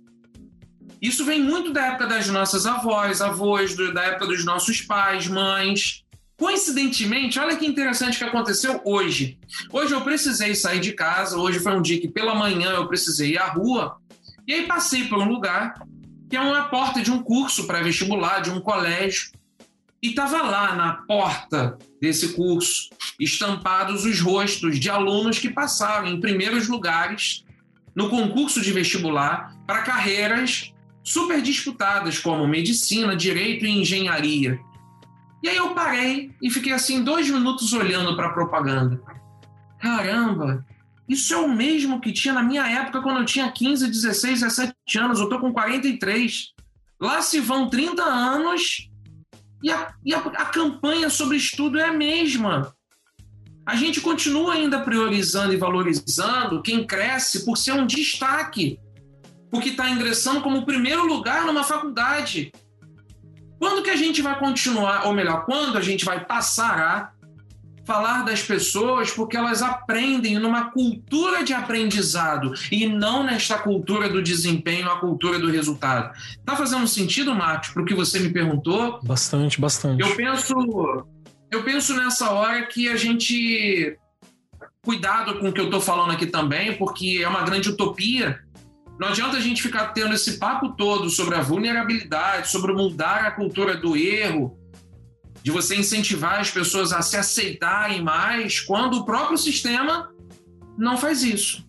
Isso vem muito da época das nossas avós, avós, da época dos nossos pais, mães. Coincidentemente, olha que interessante que aconteceu hoje. Hoje eu precisei sair de casa, hoje foi um dia que pela manhã eu precisei ir à rua, e aí passei por um lugar que é uma porta de um curso pré-vestibular, de um colégio, e estava lá na porta desse curso estampados os rostos de alunos que passaram em primeiros lugares no concurso de vestibular para carreiras super disputadas como medicina, direito e engenharia. E aí eu parei e fiquei assim dois minutos olhando para a propaganda. Caramba! Isso é o mesmo que tinha na minha época quando eu tinha quinze, dezesseis, dezessete anos. Eu estou com quarenta e três. Lá se vão trinta anos e, a, e a, a campanha sobre estudo é a mesma. A gente continua ainda priorizando e valorizando quem cresce por ser um destaque, porque está ingressando como primeiro lugar numa faculdade. Quando que a gente vai continuar, ou melhor, quando a gente vai passar a falar das pessoas porque elas aprendem numa cultura de aprendizado e não nesta cultura do desempenho, a cultura do resultado. Tá fazendo sentido, Marcos, para o que você me perguntou? Bastante, bastante. Eu penso, eu penso nessa hora que a gente... Cuidado com o que eu estou falando aqui também, porque é uma grande utopia. Não adianta a gente ficar tendo esse papo todo sobre a vulnerabilidade, sobre mudar a cultura do erro, de você incentivar as pessoas a se aceitarem mais, quando o próprio sistema não faz isso.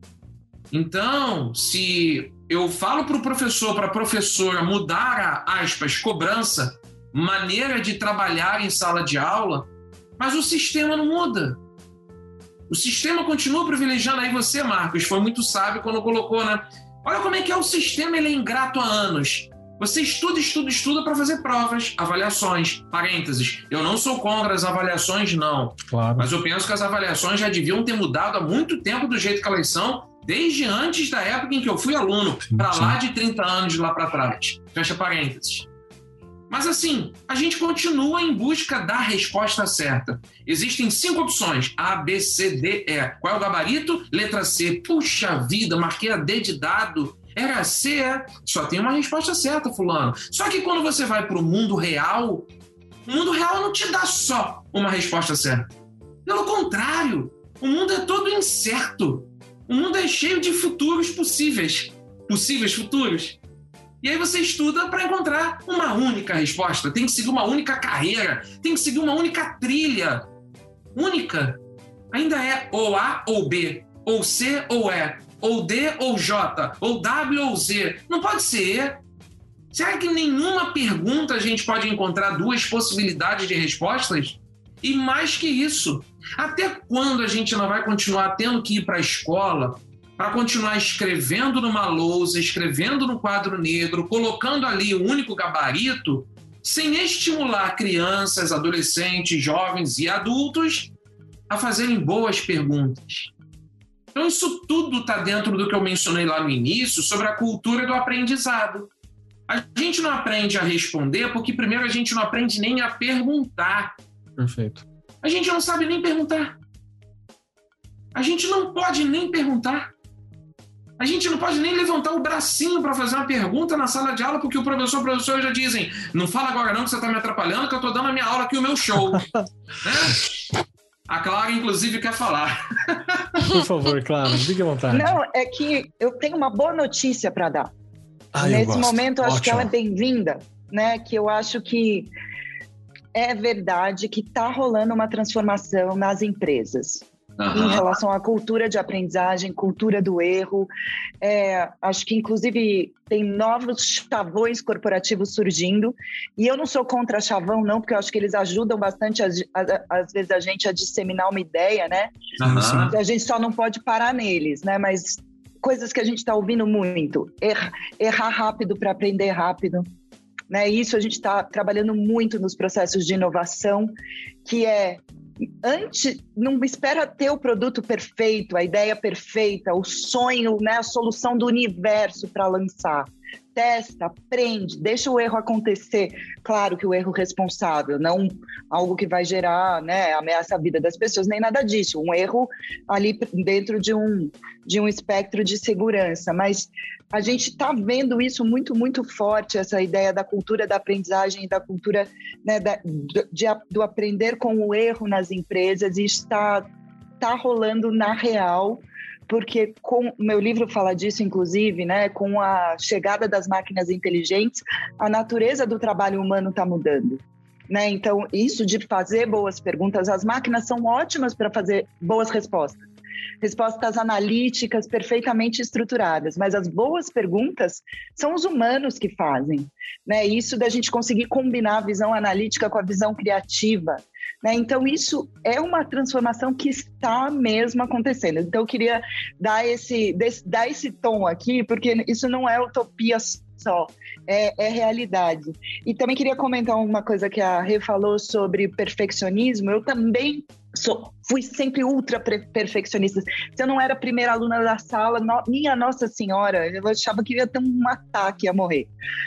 Então, se eu falo para o professor, para a professora mudar a, aspas, cobrança, maneira de trabalhar em sala de aula, mas o sistema não muda. O sistema continua privilegiando. Aí você, Marcos, foi muito sábio quando colocou, né? Olha como é que é o sistema, ele é ingrato há anos. Você estuda, estuda, estuda para fazer provas, avaliações. Parênteses, eu não sou contra as avaliações, não. Claro. Mas eu penso que as avaliações já deviam ter mudado há muito tempo do jeito que elas são, desde antes da época em que eu fui aluno, para lá de trinta anos de lá para trás. Fecha parênteses. Mas assim, a gente continua em busca da resposta certa. Existem cinco opções, A, B, C, D, E. Qual é o gabarito? Letra C. Puxa vida, marquei a D de dado. Era C, é. Só tem uma resposta certa, fulano. Só que quando você vai para o mundo real, o mundo real não te dá só uma resposta certa. Pelo contrário, o mundo é todo incerto. O mundo é cheio de futuros possíveis. Possíveis futuros. E aí você estuda para encontrar uma única resposta. Tem que seguir uma única carreira. Tem que seguir uma única trilha. Única. Ainda é ou A ou B. Ou C ou E. Ou D ou J. Ou W ou Z. Não pode ser E. Será que em nenhuma pergunta a gente pode encontrar duas possibilidades de respostas? E mais que isso, até quando a gente não vai continuar tendo que ir para a escola para continuar escrevendo numa lousa, escrevendo no quadro negro, colocando ali o único gabarito, sem estimular crianças, adolescentes, jovens e adultos a fazerem boas perguntas? Então isso tudo está dentro do que eu mencionei lá no início sobre a cultura do aprendizado. A gente não aprende a responder porque primeiro a gente não aprende nem a perguntar. Perfeito. A gente não sabe nem perguntar. A gente não pode nem perguntar. A gente não pode nem levantar o bracinho para fazer uma pergunta na sala de aula, porque o professor e o professor já dizem: não fala agora não, que você está me atrapalhando, que eu estou dando a minha aula aqui, o meu show. Né? A Clara, inclusive, quer falar. Por favor, Clara, fique à vontade. Não, é que eu tenho uma boa notícia para dar. Ah, Nesse eu momento, eu acho Ótimo. que ela é bem-vinda, né? Que eu acho que é verdade que está rolando uma transformação nas empresas. Uhum. Em relação à cultura de aprendizagem, cultura do erro. É, acho que, inclusive, tem novos chavões corporativos surgindo. E eu não sou contra chavão, não, porque eu acho que eles ajudam bastante, a, a, às vezes, a gente a disseminar uma ideia, né? Uhum. A gente só não pode parar neles, né? Mas coisas que a gente está ouvindo muito. Errar, errar rápido para aprender rápido. Né? Isso a gente está trabalhando muito nos processos de inovação, que é... Antes, não espera ter o produto perfeito, a ideia perfeita, o sonho, né, a solução do universo para lançar. Testa, aprende, deixa o erro acontecer. Claro que o erro responsável, não algo que vai gerar, né, ameaça à vida das pessoas, nem nada disso. Um erro ali dentro de um, de um espectro de segurança. Mas a gente está vendo isso muito, muito forte, essa ideia da cultura da aprendizagem, da cultura, né, da, de, do aprender com o erro nas empresas. E está tá rolando na real, porque com, meu livro fala disso, inclusive, né, com a chegada das máquinas inteligentes, a natureza do trabalho humano está mudando. Né? Então, isso de fazer boas perguntas, as máquinas são ótimas para fazer boas respostas. Respostas analíticas perfeitamente estruturadas, mas as boas perguntas são os humanos que fazem, né? Isso da gente conseguir combinar a visão analítica com a visão criativa, né? Então isso é uma transformação que está mesmo acontecendo. Então eu queria dar esse, dar esse tom aqui, porque isso não é utopia só, é, é realidade. E também queria comentar uma coisa que a Rê falou sobre perfeccionismo. Eu também Sou, fui sempre ultra perfeccionista. Se eu não era a primeira aluna da sala, no, minha Nossa Senhora, eu achava que ia ter um ataque, ia morrer.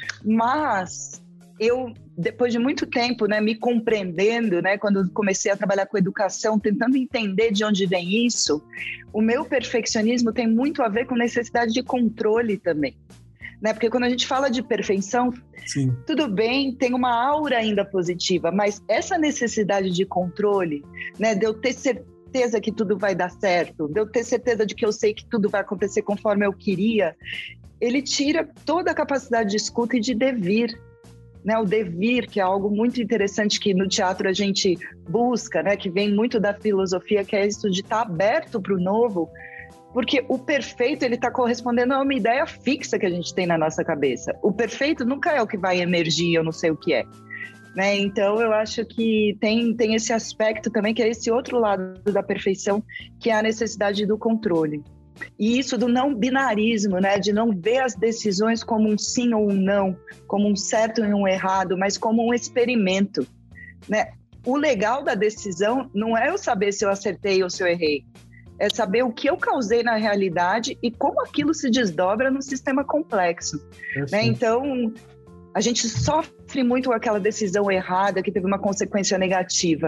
Mas eu, depois de muito tempo, né, me compreendendo, né, quando comecei a trabalhar com educação, tentando entender de onde vem isso, o meu perfeccionismo tem muito a ver com necessidade de controle também. Né? Porque quando a gente fala de perfeição, sim, tudo bem, tem uma aura ainda positiva, mas essa necessidade de controle, né, de eu ter certeza que tudo vai dar certo, de eu ter certeza de que eu sei que tudo vai acontecer conforme eu queria, ele tira toda a capacidade de escuta e de devir. Né? O devir, que é algo muito interessante que no teatro a gente busca, né, que vem muito da filosofia, que é isso de estar aberto para o novo, porque o perfeito, ele está correspondendo a uma ideia fixa que a gente tem na nossa cabeça. O perfeito nunca é o que vai emergir, eu não sei o que é. Né? Então, eu acho que tem, tem esse aspecto também, que é esse outro lado da perfeição, que é a necessidade do controle. E isso do não binarismo, né? De não ver as decisões como um sim ou um não, como um certo e um errado, mas como um experimento. Né? O legal da decisão não é eu saber se eu acertei ou se eu errei. É saber o que eu causei na realidade e como aquilo se desdobra num sistema complexo. Né? Então, a gente sofre muito com aquela decisão errada que teve uma consequência negativa.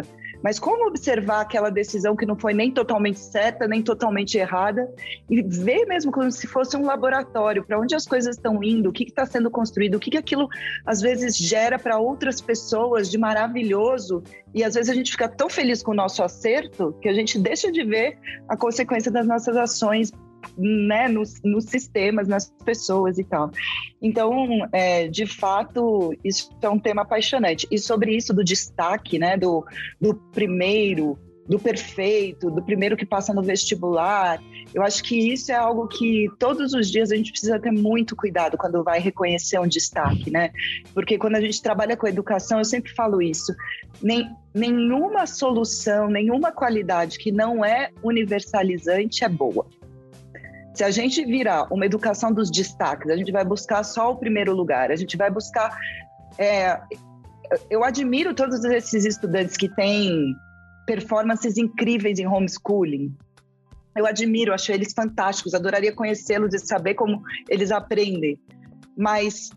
Mas como observar aquela decisão que não foi nem totalmente certa, nem totalmente errada, e ver mesmo como se fosse um laboratório, para onde as coisas estão indo, o que está sendo construído, o que, que aquilo às vezes gera para outras pessoas de maravilhoso, e às vezes a gente fica tão feliz com o nosso acerto que a gente deixa de ver a consequência das nossas ações, né, nos, nos sistemas, nas pessoas e tal. Então, é, de fato, isso é um tema apaixonante. E sobre isso do destaque, né, do, do primeiro, do perfeito, do primeiro que passa no vestibular, eu acho que isso é algo que todos os dias a gente precisa ter muito cuidado quando vai reconhecer um destaque, né? Porque quando a gente trabalha com educação, eu sempre falo isso, nem, nenhuma solução, nenhuma qualidade que não é universalizante é boa. Se a gente virar uma educação dos destaques, a gente vai buscar só o primeiro lugar, a gente vai buscar... É, eu admiro todos esses estudantes que têm performances incríveis em homeschooling. Eu admiro, acho eles fantásticos, adoraria conhecê-los e saber como eles aprendem. Mas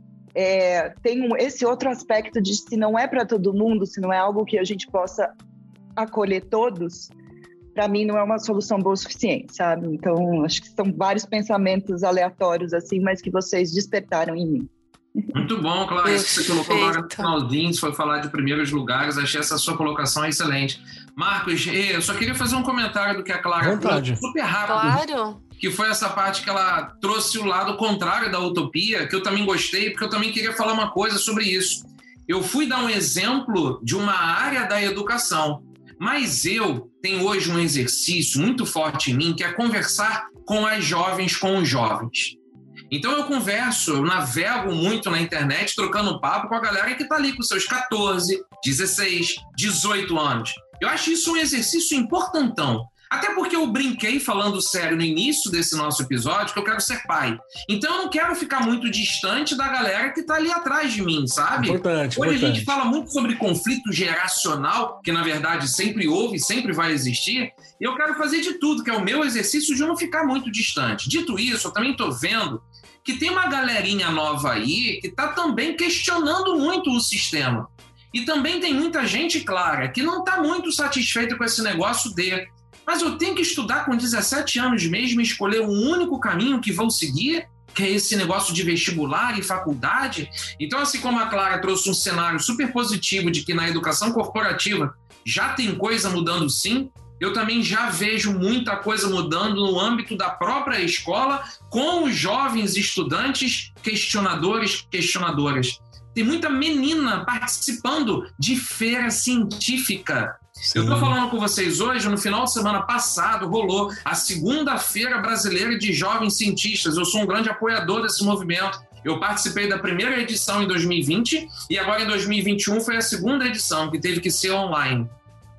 é, tem um, esse outro aspecto de se não é para todo mundo, se não é algo que a gente possa acolher todos... para mim não é uma solução boa o suficiente, sabe? Então, acho que são vários pensamentos aleatórios, assim, mas que vocês despertaram em mim. Muito bom, Clara, isso que você colocou agora no finalzinho, se foi falar de primeiros lugares, achei essa sua colocação excelente. Marcos, eu só queria fazer um comentário do que a Clara Vontade. falou, super rápido. Claro. Que foi essa parte que ela trouxe o lado contrário da utopia, que eu também gostei, porque eu também queria falar uma coisa sobre isso. Eu fui dar um exemplo de uma área da educação, mas eu tenho hoje um exercício muito forte em mim, que é conversar com as jovens, com os jovens. Então eu converso, eu navego muito na internet, trocando papo com a galera que está ali com seus catorze, dezesseis, dezoito anos. Eu acho isso um exercício importantão. Até porque eu brinquei falando sério no início desse nosso episódio que eu quero ser pai. Então eu não quero ficar muito distante da galera que está ali atrás de mim, sabe? Importante, Hoje importante. a gente fala muito sobre conflito geracional, que na verdade sempre houve e sempre vai existir. E eu quero fazer de tudo, que é o meu exercício de não ficar muito distante. Dito isso, eu também estou vendo que tem uma galerinha nova aí que está também questionando muito o sistema. E também tem muita gente, Clara, que não está muito satisfeita com esse negócio de... Mas eu tenho que estudar com dezessete anos mesmo e escolher um único caminho que vou seguir, que é esse negócio de vestibular e faculdade. Então, assim como a Clara trouxe um cenário super positivo de que na educação corporativa já tem coisa mudando sim, eu também já vejo muita coisa mudando no âmbito da própria escola com os jovens estudantes questionadores, questionadoras. Tem muita menina participando de feira científica. Sim. Eu estou falando com vocês hoje, no final de semana passado, rolou a Segunda-feira Brasileira de Jovens Cientistas. Eu sou um grande apoiador desse movimento. Eu participei da primeira edição em dois mil e vinte e agora em dois mil e vinte e um foi a segunda edição, que teve que ser online.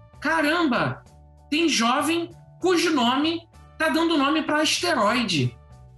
Caramba! Tem jovem cujo nome está dando nome para asteroide.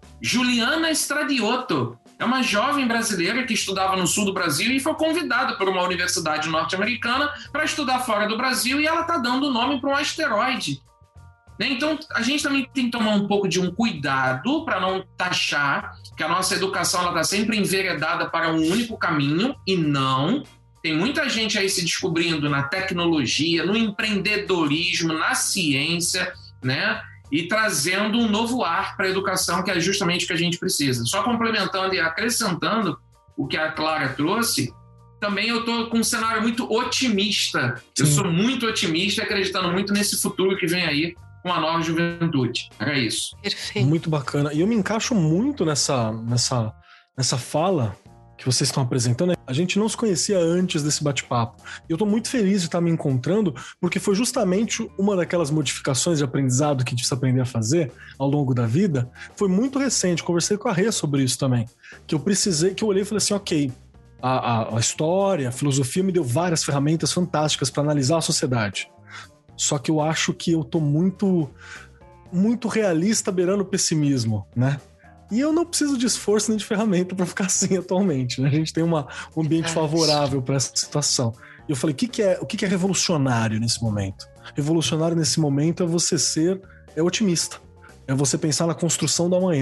Juliana Stradiotto. É uma jovem brasileira que estudava no sul do Brasil e foi convidada por uma universidade norte-americana para estudar fora do Brasil e ela está dando o nome para um asteroide. Né? Então, a gente também tem que tomar um pouco de um cuidado para não taxar que a nossa educação está sempre enveredada para um único caminho, e não. Tem muita gente aí se descobrindo na tecnologia, no empreendedorismo, na ciência, né? E trazendo um novo ar para a educação, que é justamente o que a gente precisa. Só complementando e acrescentando o que a Clara trouxe, também eu estou com um cenário muito otimista. Sim. Eu sou muito otimista, acreditando muito nesse futuro que vem aí com a nova juventude. Era isso. Perfeito. Muito bacana. E eu me encaixo muito nessa, nessa, nessa fala que vocês estão apresentando. A gente não se conhecia antes desse bate-papo. E eu estou muito feliz de estar me encontrando, porque foi justamente uma daquelas modificações de aprendizado que a gente precisa aprender a fazer ao longo da vida. Foi muito recente, conversei com a Rê sobre isso também. Que eu precisei, que eu olhei e falei assim, ok, a, a, a história, a filosofia me deu várias ferramentas fantásticas para analisar a sociedade. Só que eu acho que eu estou muito, muito realista beirando o pessimismo, né? E eu não preciso de esforço nem de ferramenta para ficar assim atualmente, né? A gente tem uma, um ambiente é favorável para essa situação. E eu falei, o que, que, é, o que, que é revolucionário nesse momento? Revolucionário nesse momento é você ser é otimista. É você pensar na construção do amanhã.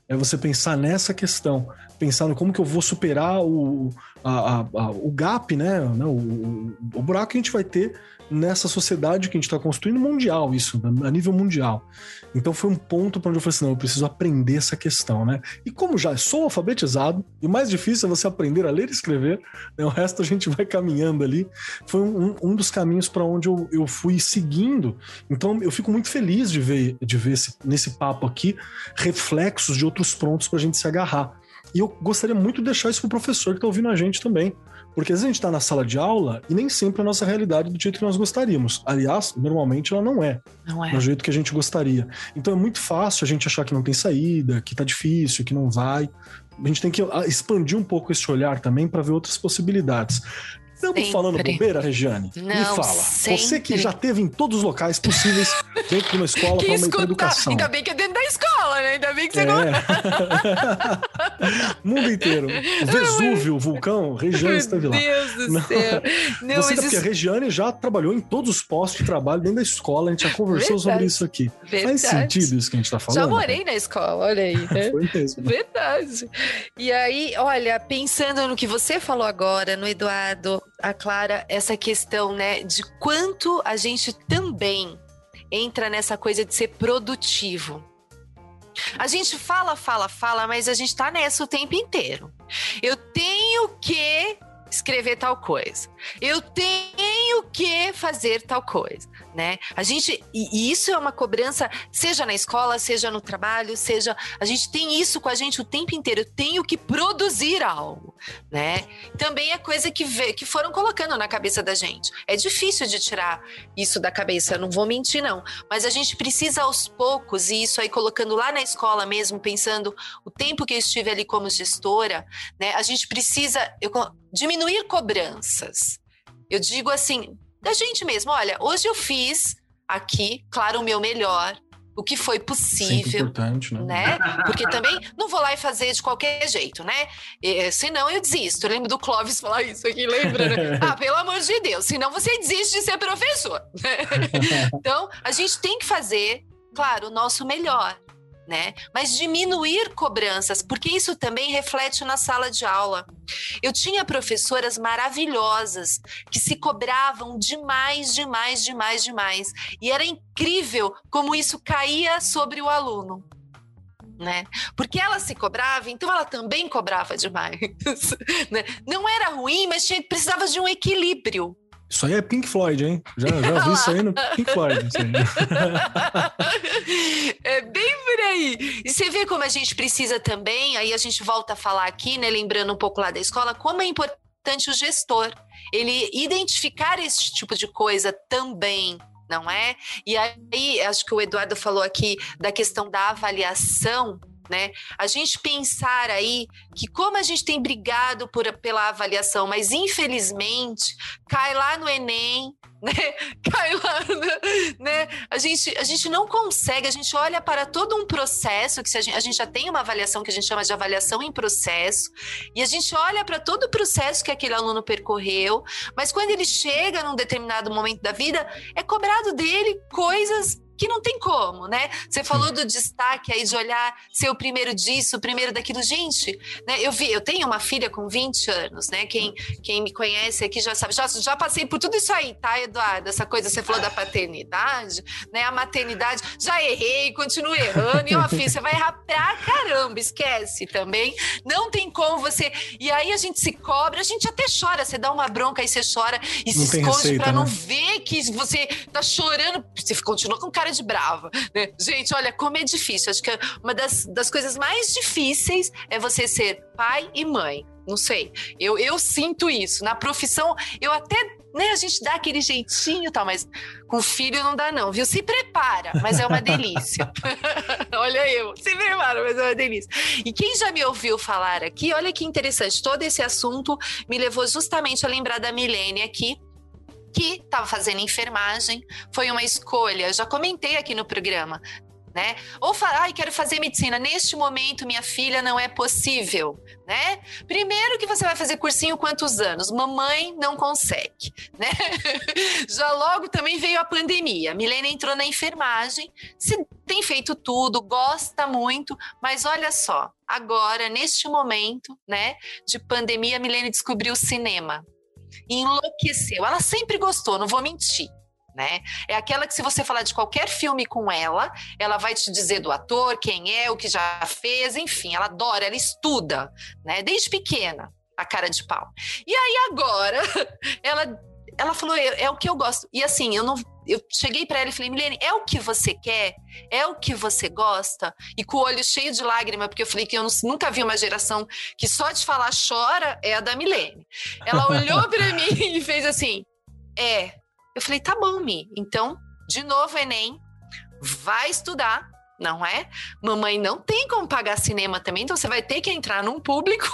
é você pensar nessa questão, pensar no como que eu vou superar o, a, a, a, o gap, né? O, o, o buraco que a gente vai ter nessa sociedade que a gente está construindo mundial, isso, a nível mundial. Então foi um ponto para onde eu falei assim, não, eu preciso aprender essa questão, né? E como já sou alfabetizado, e o mais difícil é você aprender a ler e escrever, né? O resto a gente vai caminhando ali. Foi um, um dos caminhos para onde eu, eu fui seguindo. Então eu fico muito feliz de ver, de ver esse, nesse papo aqui reflexos de outros prontos para a gente se agarrar. E eu gostaria muito de deixar isso pro professor que está ouvindo a gente também. Porque às vezes a gente está na sala de aula e nem sempre a nossa realidade é do jeito que nós gostaríamos. Aliás, normalmente ela não é, não é do jeito que a gente gostaria. Então é muito fácil a gente achar que não tem saída, que tá difícil, que não vai. A gente tem que expandir um pouco esse olhar também para ver outras possibilidades. Estamos falando bobeira, Regiane? Não, Me fala. sempre. Você que já teve em todos os locais possíveis dentro de uma escola para aumentar a educação. Ainda bem que é dentro da escola, né? Ainda bem que você é. não... Mundo inteiro. O Vesúvio, o vulcão, Regiane esteve lá. Meu Deus do não. céu. Não, Você, mas porque isso... a Regiane já trabalhou em todos os postos de trabalho dentro da escola, a gente já conversou Verdade. sobre isso aqui. Verdade. Faz sentido isso que a gente está falando? Já morei na escola, olha aí. Né? Foi mesmo. Verdade. E aí, olha, pensando no que você falou agora, no Eduardo, a Clara, essa questão, né, de quanto a gente também entra nessa coisa de ser produtivo. A gente fala, fala, fala, mas a gente tá nessa o tempo inteiro. Eu tenho que escrever tal coisa. Eu tenho que fazer tal coisa, né? A gente, e isso é uma cobrança, seja na escola, seja no trabalho, seja, a gente tem isso com a gente o tempo inteiro. Eu tenho que produzir algo, né? Também é coisa que, vê, que foram colocando na cabeça da gente. É difícil de tirar isso da cabeça, eu não vou mentir não, mas a gente precisa aos poucos, e isso aí colocando lá na escola mesmo, pensando o tempo que eu estive ali como gestora, né? A gente precisa eu, diminuir cobranças. Eu digo assim, da gente mesmo, olha, hoje eu fiz aqui, claro, o meu melhor, o que foi possível. Sempre importante, né? né? Porque também não vou lá e fazer de qualquer jeito, né? E, senão eu desisto. Eu lembro do Clóvis falar isso aqui, lembra, né? Ah, pelo amor de Deus, senão você desiste de ser professor. Então, a gente tem que fazer, claro, o nosso melhor, né? Mas diminuir cobranças, porque isso também reflete na sala de aula. Eu tinha professoras maravilhosas que se cobravam demais, demais, demais, demais. E era incrível como isso caía sobre o aluno, né? Porque ela se cobrava, então ela também cobrava demais. Né? Não era ruim, mas tinha, precisava de um equilíbrio. Isso aí é Pink Floyd, hein? Já, já vi isso aí no Pink Floyd. Isso aí. É bem por aí. E você vê como a gente precisa também, aí a gente volta a falar aqui, né? Lembrando um pouco lá da escola, como é importante o gestor. Ele identificar esse tipo de coisa também, não é? E aí, acho que o Eduardo falou aqui da questão da avaliação, né? A gente pensar aí que como a gente tem brigado por, pela avaliação, mas infelizmente cai lá no Enem, né? Cai lá, né? A gente, a gente não consegue, a gente olha para todo um processo, que se a, gente, a gente já tem uma avaliação que a gente chama de avaliação em processo, e a gente olha para todo o processo que aquele aluno percorreu, mas quando ele chega num determinado momento da vida, é cobrado dele coisas que não tem como, né? Você falou do destaque aí de olhar ser o primeiro disso, o primeiro daquilo. Gente, né? Eu vi, eu tenho uma filha com vinte anos, né? Quem, quem me conhece aqui já sabe. Já, já passei por tudo isso aí, tá, Eduardo? Essa coisa, você falou da paternidade, né? A maternidade. Já errei, continuo errando. E, ó, filho, você vai errar pra caramba, esquece também. Não tem como você... E aí a gente se cobra, a gente até chora. Você dá uma bronca, aí você chora e não se esconde receita, pra né? não ver que você tá chorando. Você continua com cara de brava, né? Gente, olha como é difícil. Acho que uma das, das coisas mais difíceis é você ser pai e mãe. Não sei, eu, eu sinto isso. Na profissão, eu até, né, a gente dá aquele jeitinho e tal, mas com filho não dá não, viu? Se prepara, mas é uma delícia. Olha eu, se prepara, mas é uma delícia. E quem já me ouviu falar aqui, olha que interessante, todo esse assunto me levou justamente a lembrar da Milene aqui, que estava fazendo enfermagem, foi uma escolha, já comentei aqui no programa, né? Ou falar, ai, quero fazer medicina. Neste momento, minha filha, não é possível, né? Primeiro que você vai fazer cursinho quantos anos? Mamãe não consegue, né? Já logo também veio a pandemia. Milene entrou na enfermagem, se tem feito tudo, gosta muito, mas olha só, agora, neste momento, né, de pandemia, a Milene descobriu o cinema. Enlouqueceu. Ela sempre gostou, não vou mentir. Né? É aquela que se você falar de qualquer filme com ela, ela vai te dizer do ator, quem é, o que já fez, enfim, ela adora, ela estuda, né? Desde pequena, a cara de pau. E aí agora, ela, ela falou, é, é o que eu gosto. E assim, eu não... Eu cheguei para ela e falei, Milene, é o que você quer? É o que você gosta? E com o olho cheio de lágrima, porque eu falei que eu não, nunca vi uma geração que só de falar chora, é a da Milene. Ela olhou para mim e fez assim, é... Eu falei, tá bom, Mi. Então, de novo, Enem, vai estudar, não é? Mamãe não tem como pagar cinema também, então você vai ter que entrar num público,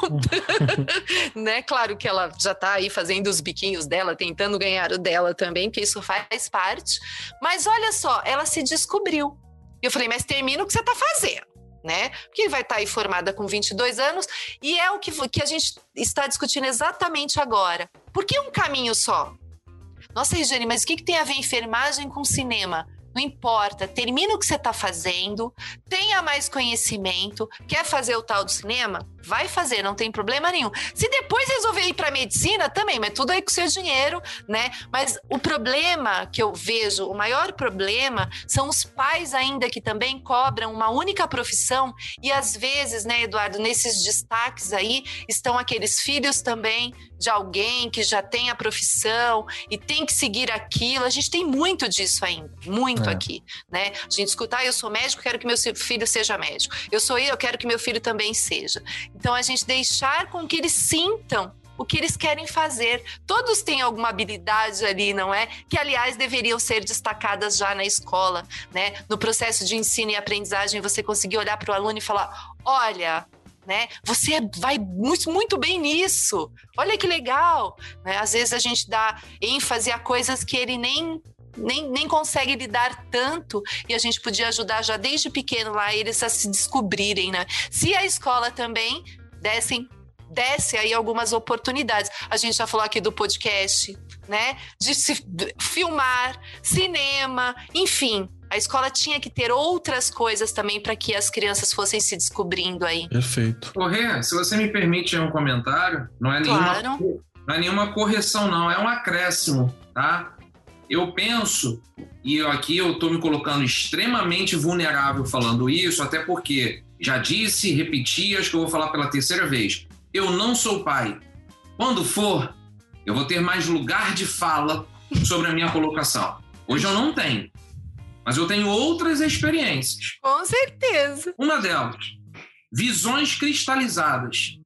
né? Claro que ela já tá aí fazendo os biquinhos dela, tentando ganhar o dela também, porque isso faz parte. Mas olha só, ela se descobriu. E eu falei, mas termina o que você tá fazendo, né? Porque vai estar aí formada com vinte e dois anos e é o que, que a gente está discutindo exatamente agora. Por que um caminho só? Nossa, Regiane, mas o que, que tem a ver enfermagem com cinema? Não importa, termina o que você está fazendo, tenha mais conhecimento, quer fazer o tal do cinema? Vai fazer, não tem problema nenhum. Se depois resolver ir para medicina, também, mas tudo aí com seu dinheiro, né? Mas o problema que eu vejo, o maior problema, são os pais ainda que também cobram uma única profissão e às vezes, né, Eduardo, nesses destaques aí, estão aqueles filhos também de alguém que já tem a profissão e tem que seguir aquilo. A gente tem muito disso ainda, muito é. aqui, né? A gente escuta, ah, eu sou médico, quero que meu filho seja médico. Eu sou eu, eu quero que meu filho também seja. Então, a gente deixar com que eles sintam o que eles querem fazer. Todos têm alguma habilidade ali, não é? Que, aliás, deveriam ser destacadas já na escola, né? No processo de ensino e aprendizagem, você conseguir olhar para o aluno e falar, olha... Né? Você vai muito, muito bem nisso. Olha que legal. Né? Às vezes a gente dá ênfase a coisas que ele nem, nem, nem consegue lidar tanto e a gente podia ajudar já desde pequeno lá eles a se descobrirem. Né? Se a escola também dessem, desse aí algumas oportunidades. A gente já falou aqui do podcast, né? De se filmar, cinema, enfim. A escola tinha que ter outras coisas também para que as crianças fossem se descobrindo aí. Perfeito. Ô, Rê, se você me permite um comentário, não é, claro. nenhuma, não é nenhuma correção, não, é um acréscimo, tá? Eu penso, e aqui eu estou me colocando extremamente vulnerável falando isso, até porque já disse e repeti, acho que eu vou falar pela terceira vez. Eu não sou pai. Quando for, eu vou ter mais lugar de fala sobre a minha colocação. Hoje eu não tenho. Mas eu tenho outras experiências. Com certeza. Uma delas, visões cristalizadas.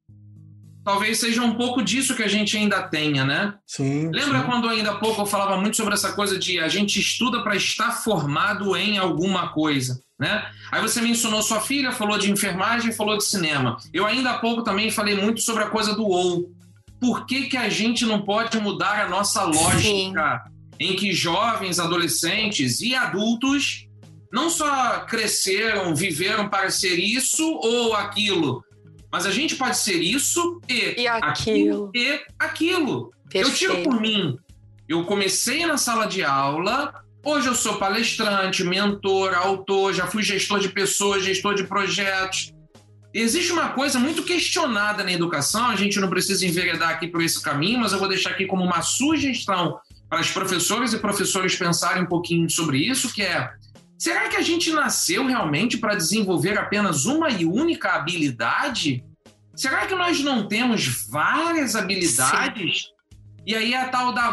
Talvez seja um pouco disso que a gente ainda tenha, né? Sim. Lembra sim. quando ainda há pouco eu falava muito sobre essa coisa de a gente estuda para estar formado em alguma coisa, né? Aí você mencionou sua filha, falou de enfermagem, falou de cinema. Eu ainda há pouco também falei muito sobre a coisa do ou. Por que que a gente não pode mudar a nossa lógica? Sim. Em que jovens, adolescentes e adultos não só cresceram, viveram para ser isso ou aquilo, mas a gente pode ser isso e, e aquilo. aquilo e aquilo. Perfeito. Eu tiro por mim. Eu comecei na sala de aula, hoje eu sou palestrante, mentor, autor, já fui gestor de pessoas, gestor de projetos. Existe uma coisa muito questionada na educação, a gente não precisa enveredar aqui por esse caminho, mas eu vou deixar aqui como uma sugestão para as professoras e professores pensarem um pouquinho sobre isso, que é, será que a gente nasceu realmente para desenvolver apenas uma e única habilidade? Será que nós não temos várias habilidades? Sim. E aí a tal da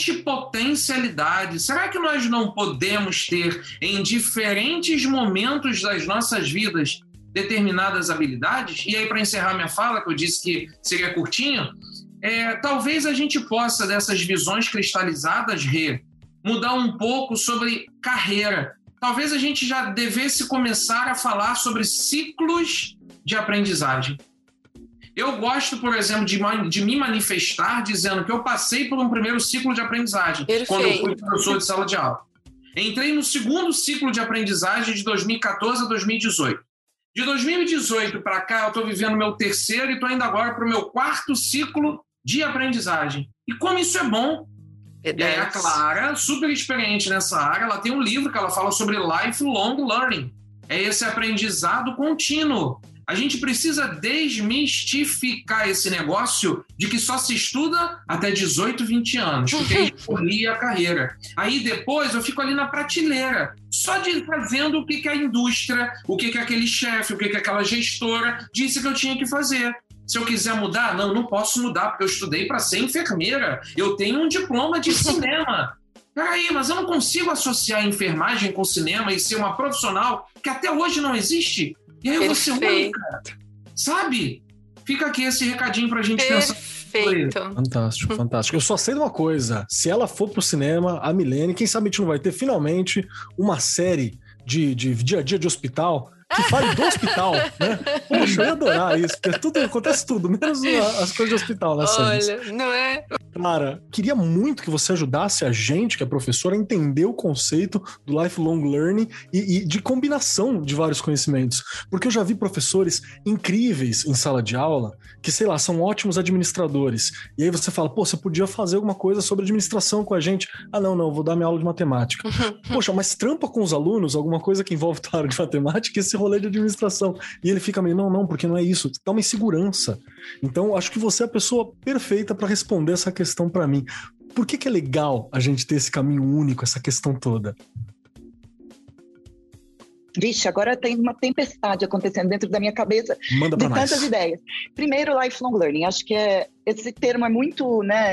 multipotencialidade. Será que nós não podemos ter, em diferentes momentos das nossas vidas, determinadas habilidades? E aí, para encerrar minha fala, que eu disse que seria curtinho, É, talvez a gente possa, dessas visões cristalizadas, Rê, mudar um pouco sobre carreira. Talvez a gente já devesse começar a falar sobre ciclos de aprendizagem. Eu gosto, por exemplo, de, de me manifestar dizendo que eu passei por um primeiro ciclo de aprendizagem. Perfeito. Quando eu fui professor de sala de aula. Entrei no segundo ciclo de aprendizagem de dois mil e quatorze a dois mil e dezoito. De dois mil e dezoito para cá, eu estou vivendo meu terceiro e estou indo agora para o meu quarto ciclo de aprendizagem. E como isso é bom. E aí a Clara, super experiente nessa área, ela tem um livro que ela fala sobre lifelong learning. É esse aprendizado contínuo. A gente precisa desmistificar esse negócio de que só se estuda até dezoito, vinte anos, porque a gente corria a carreira. Aí depois eu fico ali na prateleira, só de fazendo o que, que a indústria, o que, que aquele chefe, o que, que aquela gestora disse que eu tinha que fazer. Se eu quiser mudar, não, não posso mudar, porque eu estudei para ser enfermeira. Eu tenho um diploma de cinema. Peraí, mas eu não consigo associar a enfermagem com cinema e ser uma profissional que até hoje não existe? E aí eu vou ser única, sabe? Fica aqui esse recadinho pra gente pensar. Perfeito. Fantástico, fantástico. Eu só sei de uma coisa. Se ela for pro cinema, a Milene, quem sabe a gente não vai ter finalmente uma série de, de dia a dia de hospital que fale do hospital, né? Poxa, eu ia adorar isso, porque tudo, acontece tudo, menos as coisas de hospital nas séries. Olha, não é? Clara, queria muito que você ajudasse a gente, que é professora, a entender o conceito do lifelong learning e, e de combinação de vários conhecimentos. Porque eu já vi professores incríveis em sala de aula que, sei lá, são ótimos administradores. E aí você fala, pô, você podia fazer alguma coisa sobre administração com a gente. Ah, não, não, vou dar minha aula de matemática. Poxa, mas trampa com os alunos alguma coisa que envolve tua área de matemática e esse rolê de administração. E ele fica meio, não, não, porque não é isso. Dá uma insegurança. Então, acho que você é a pessoa perfeita para responder essa questão para mim. Por que que é legal a gente ter esse caminho único, essa questão toda? Vixe, agora tem uma tempestade acontecendo dentro da minha cabeça. Manda pra de nós. Tantas ideias. Primeiro, lifelong learning. Acho que é, esse termo é muito, né?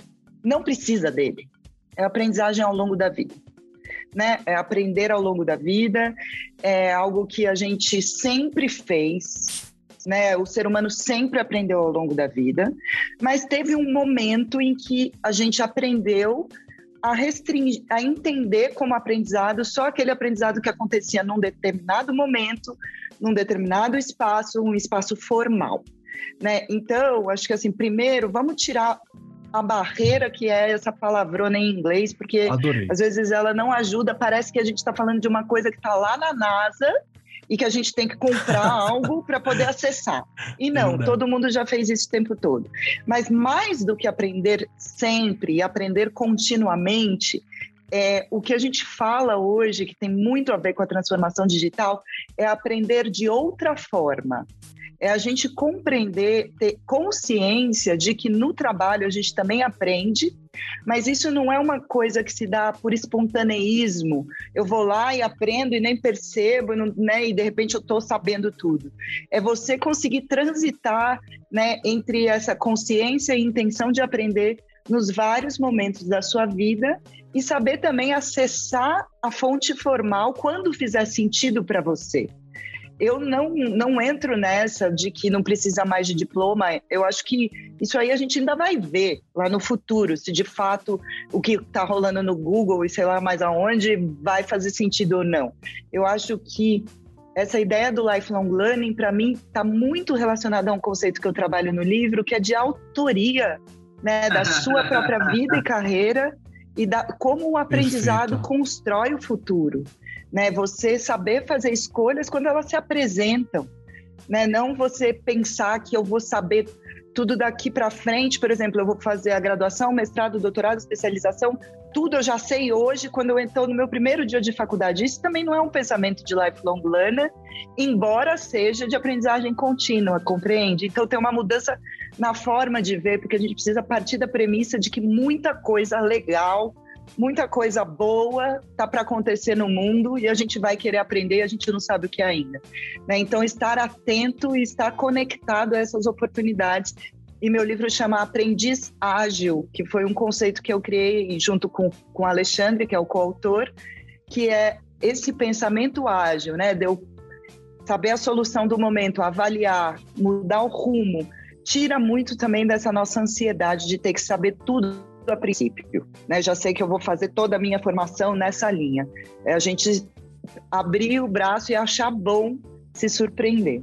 Não precisa dele. É aprendizagem ao longo da vida. Né? É aprender ao longo da vida. É algo que a gente sempre fez. Né? O ser humano sempre aprendeu ao longo da vida. Mas teve um momento em que a gente aprendeu a restringir, a entender como aprendizado só aquele aprendizado que acontecia num determinado momento, num determinado espaço, um espaço formal, né? Então, acho que assim, primeiro, vamos tirar a barreira que é essa palavrona em inglês, porque Adorei. Às vezes ela não ajuda, parece que a gente está falando de uma coisa que está lá na NASA e que a gente tem que comprar algo para poder acessar. E não, é todo mundo já fez isso o tempo todo. Mas mais do que aprender sempre e aprender continuamente, é, o que a gente fala hoje, que tem muito a ver com a transformação digital, é aprender de outra forma. É a gente compreender, ter consciência de que no trabalho a gente também aprende, mas isso não é uma coisa que se dá por espontaneísmo. Eu vou lá e aprendo e nem percebo, né, e de repente eu estou sabendo tudo. É você conseguir transitar, né, entre essa consciência e intenção de aprender nos vários momentos da sua vida e saber também acessar a fonte formal quando fizer sentido para você. Eu não, não entro nessa de que não precisa mais de diploma. Eu acho que isso aí a gente ainda vai ver lá no futuro, se de fato o que está rolando no Google e sei lá mais aonde vai fazer sentido ou não. Eu acho que essa ideia do lifelong learning, para mim, está muito relacionada a um conceito que eu trabalho no livro, que é de autoria, né, da sua própria vida e carreira e da, como o aprendizado Perfeito. Constrói o futuro. Né, você saber fazer escolhas quando elas se apresentam, né? Não você pensar que eu vou saber tudo daqui para frente. Por exemplo, eu vou fazer a graduação, mestrado, doutorado, especialização, tudo eu já sei hoje quando eu estou no meu primeiro dia de faculdade. Isso também não é um pensamento de lifelong learner, embora seja de aprendizagem contínua, compreende? Então tem uma mudança na forma de ver, porque a gente precisa partir da premissa de que muita coisa legal, muita coisa boa tá para acontecer no mundo e a gente vai querer aprender e a gente não sabe o que ainda. Né? Então, estar atento e estar conectado a essas oportunidades. E meu livro chama Aprendiz Ágil, que foi um conceito que eu criei junto com, com o Alexandre, que é o coautor, que é esse pensamento ágil, né? De eu saber a solução do momento, avaliar, mudar o rumo, tira muito também dessa nossa ansiedade de ter que saber tudo a princípio, né? Já sei que eu vou fazer toda a minha formação nessa linha. É a gente abrir o braço e achar bom se surpreender.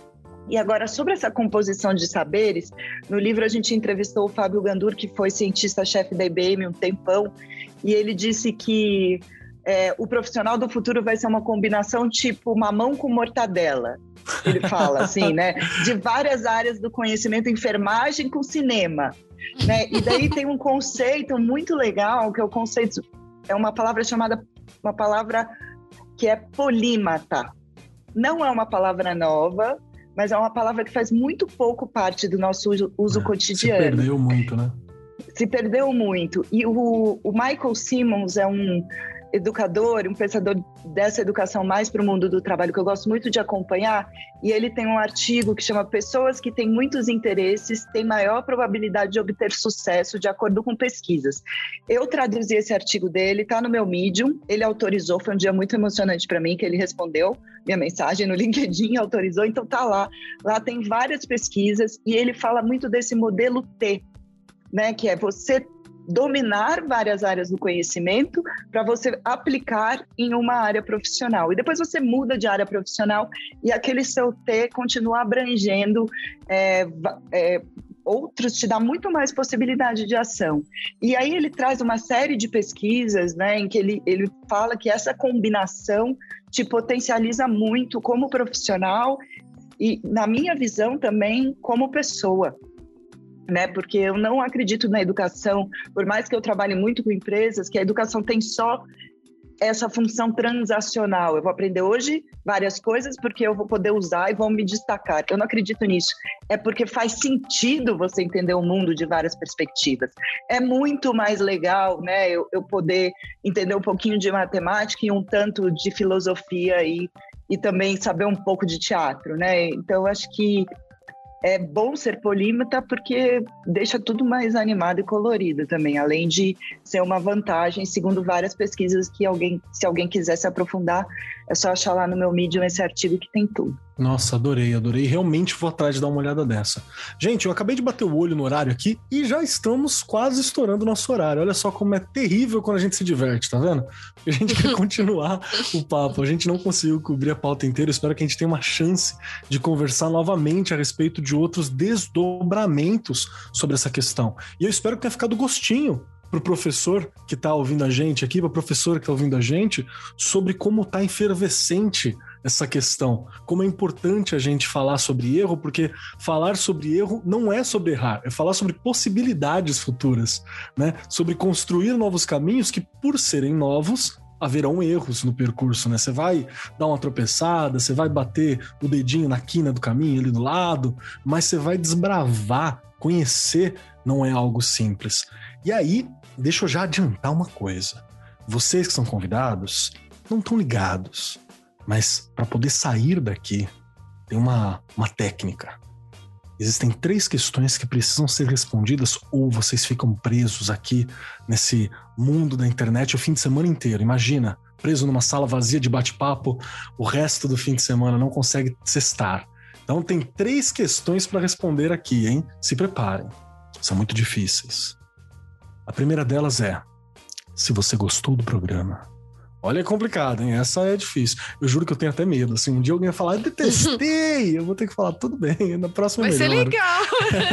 E agora, sobre essa composição de saberes, no livro a gente entrevistou o Fábio Gandur, que foi cientista-chefe da I B M um tempão, e ele disse que é, o profissional do futuro vai ser uma combinação tipo mamão com mortadela. Ele fala assim, né? De várias áreas do conhecimento, enfermagem com cinema. Né? E daí tem um conceito muito legal, que é o conceito, é uma palavra chamada, uma palavra que é polímata. Não é uma palavra nova, mas é uma palavra que faz muito pouco parte do nosso uso, uso é, cotidiano. Se perdeu muito, né? Se perdeu muito. E o, o Michael Simmons é um educador, um pensador dessa educação mais para o mundo do trabalho, que eu gosto muito de acompanhar, e ele tem um artigo que chama Pessoas que têm muitos interesses têm maior probabilidade de obter sucesso de acordo com pesquisas. Eu traduzi esse artigo dele, está no meu Medium, ele autorizou, foi um dia muito emocionante para mim, que ele respondeu minha mensagem no LinkedIn, autorizou, então tá lá. Lá tem várias pesquisas, e ele fala muito desse modelo T, né, que é você dominar várias áreas do conhecimento para você aplicar em uma área profissional. E depois você muda de área profissional e aquele seu T continua abrangendo é, é, outros, te dá muito mais possibilidade de ação. E aí ele traz uma série de pesquisas, né, em que ele, ele fala que essa combinação te potencializa muito como profissional e, na minha visão, também como pessoa. Né? Porque eu não acredito na educação, por mais que eu trabalhe muito com empresas, que a educação tem só essa função transacional. Eu vou aprender hoje várias coisas porque eu vou poder usar e vão me destacar. Eu não acredito nisso. É porque faz sentido você entender o mundo de várias perspectivas. É muito mais legal, né, eu, eu poder entender um pouquinho de matemática e um tanto de filosofia e, e também saber um pouco de teatro, né? Então, eu acho que é bom ser polímata porque deixa tudo mais animado e colorido também, além de ser uma vantagem, segundo várias pesquisas que alguém, se alguém quiser se aprofundar, é só achar lá no meu Medium esse artigo que tem tudo. Nossa, adorei, adorei. Realmente vou atrás de dar uma olhada dessa. Gente, eu acabei de bater o olho no horário aqui e já estamos quase estourando o nosso horário. Olha só como é terrível quando a gente se diverte, tá vendo? A gente quer continuar o papo. A gente não conseguiu cobrir a pauta inteira. Eu espero que a gente tenha uma chance de conversar novamente a respeito de outros desdobramentos sobre essa questão. E eu espero que tenha ficado gostinho para o professor que está ouvindo a gente aqui, para a professora que está ouvindo a gente, sobre como está efervescente essa questão, como é importante a gente falar sobre erro, porque falar sobre erro não é sobre errar, é falar sobre possibilidades futuras, né? Sobre construir novos caminhos que, por serem novos, haverão erros no percurso, né? Você vai dar uma tropeçada, você vai bater o dedinho na quina do caminho ali do lado, mas você vai desbravar, conhecer não é algo simples. E aí, deixa eu já adiantar uma coisa. Vocês que são convidados não estão ligados, mas para poder sair daqui tem uma, uma técnica. Existem três questões que precisam ser respondidas ou vocês ficam presos aqui nesse mundo da internet o fim de semana inteiro. Imagina, preso numa sala vazia de bate-papo, o resto do fim de semana não consegue cestar. Então tem três questões para responder aqui, hein? Se preparem. São muito difíceis. A primeira delas é: se você gostou do programa. Olha, é complicado, hein? Essa é difícil. Eu juro que eu tenho até medo. Assim, um dia alguém vai falar, eu detestei. Eu vou ter que falar, tudo bem, na próxima vai é melhor. Vai ser legal.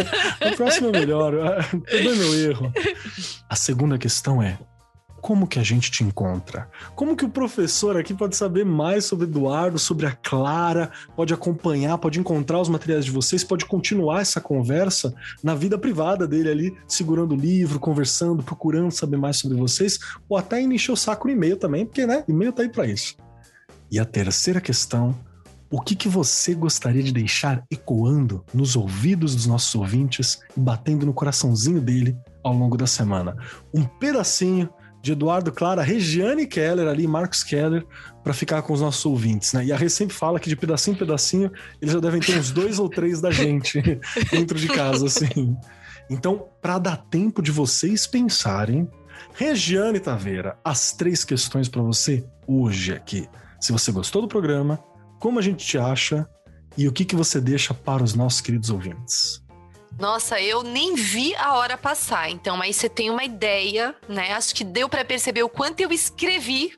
Na próxima é melhor. Perdoe meu erro. A segunda questão é: como que a gente te encontra? Como que o professor aqui pode saber mais sobre Eduardo, sobre a Clara, pode acompanhar, pode encontrar os materiais de vocês, pode continuar essa conversa na vida privada dele ali, segurando o livro, conversando, procurando saber mais sobre vocês, ou até encher o saco no e-mail também, porque, né, e-mail tá aí pra isso. E a terceira questão: o que que você gostaria de deixar ecoando nos ouvidos dos nossos ouvintes e batendo no coraçãozinho dele ao longo da semana? Um pedacinho de Eduardo, Clara, Regiane Keller ali, Marcos Keller, para ficar com os nossos ouvintes, né? E a Rê sempre fala que de pedacinho em pedacinho eles já devem ter uns dois ou três da gente dentro de casa, assim. Então, para dar tempo de vocês pensarem, Regiane Taveira, as três questões para você hoje aqui. Se você gostou do programa, como a gente te acha e o que que você deixa para os nossos queridos ouvintes? Nossa, eu nem vi a hora passar, então aí você tem uma ideia, né? Acho que deu para perceber o quanto eu escrevi.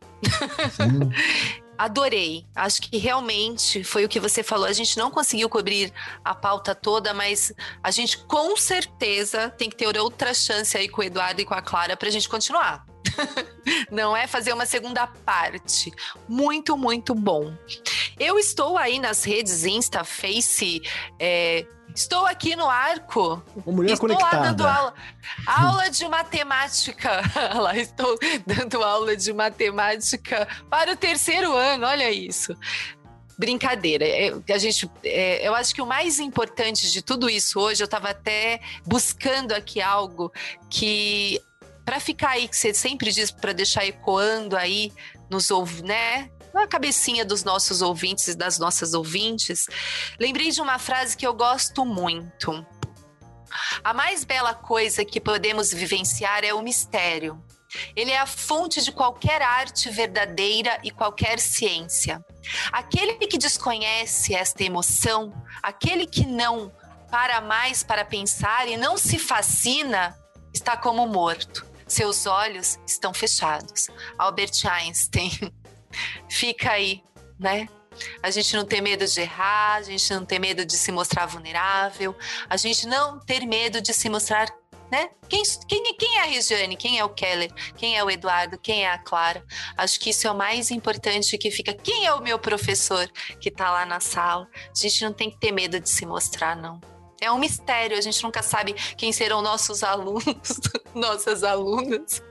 Adorei, acho que realmente foi o que você falou, a gente não conseguiu cobrir a pauta toda, mas a gente com certeza tem que ter outra chance aí com o Eduardo e com a Clara pra gente continuar. Não é fazer uma segunda parte. Muito, muito bom. Eu estou aí nas redes Insta, Face, é, estou aqui no Arco. Uma mulher estou conectada. lá dando aula. Aula de matemática. Lá estou dando aula de matemática para o terceiro ano, olha isso. Brincadeira. Eu, a gente, é, eu acho que o mais importante de tudo isso hoje, eu estava até buscando aqui algo que, para ficar aí, que você sempre diz, para deixar ecoando aí nos ouvintes, né? Na cabecinha dos nossos ouvintes e das nossas ouvintes, lembrei de uma frase que eu gosto muito. A mais bela coisa que podemos vivenciar é o mistério. Ele é a fonte de qualquer arte verdadeira e qualquer ciência. Aquele que desconhece esta emoção, aquele que não para mais para pensar e não se fascina, está como morto. Seus olhos estão fechados. Albert Einstein. Fica aí, né? A gente não ter medo de errar, a gente não ter medo de se mostrar vulnerável, a gente não ter medo de se mostrar, né? Quem, quem, quem é a Regiane? Quem é o Keller? Quem é o Eduardo? Quem é a Clara? Acho que isso é o mais importante que fica. Quem é o meu professor que tá lá na sala? A gente não tem que ter medo de se mostrar, não. É um mistério, a gente nunca sabe quem serão nossos alunos, nossas alunas.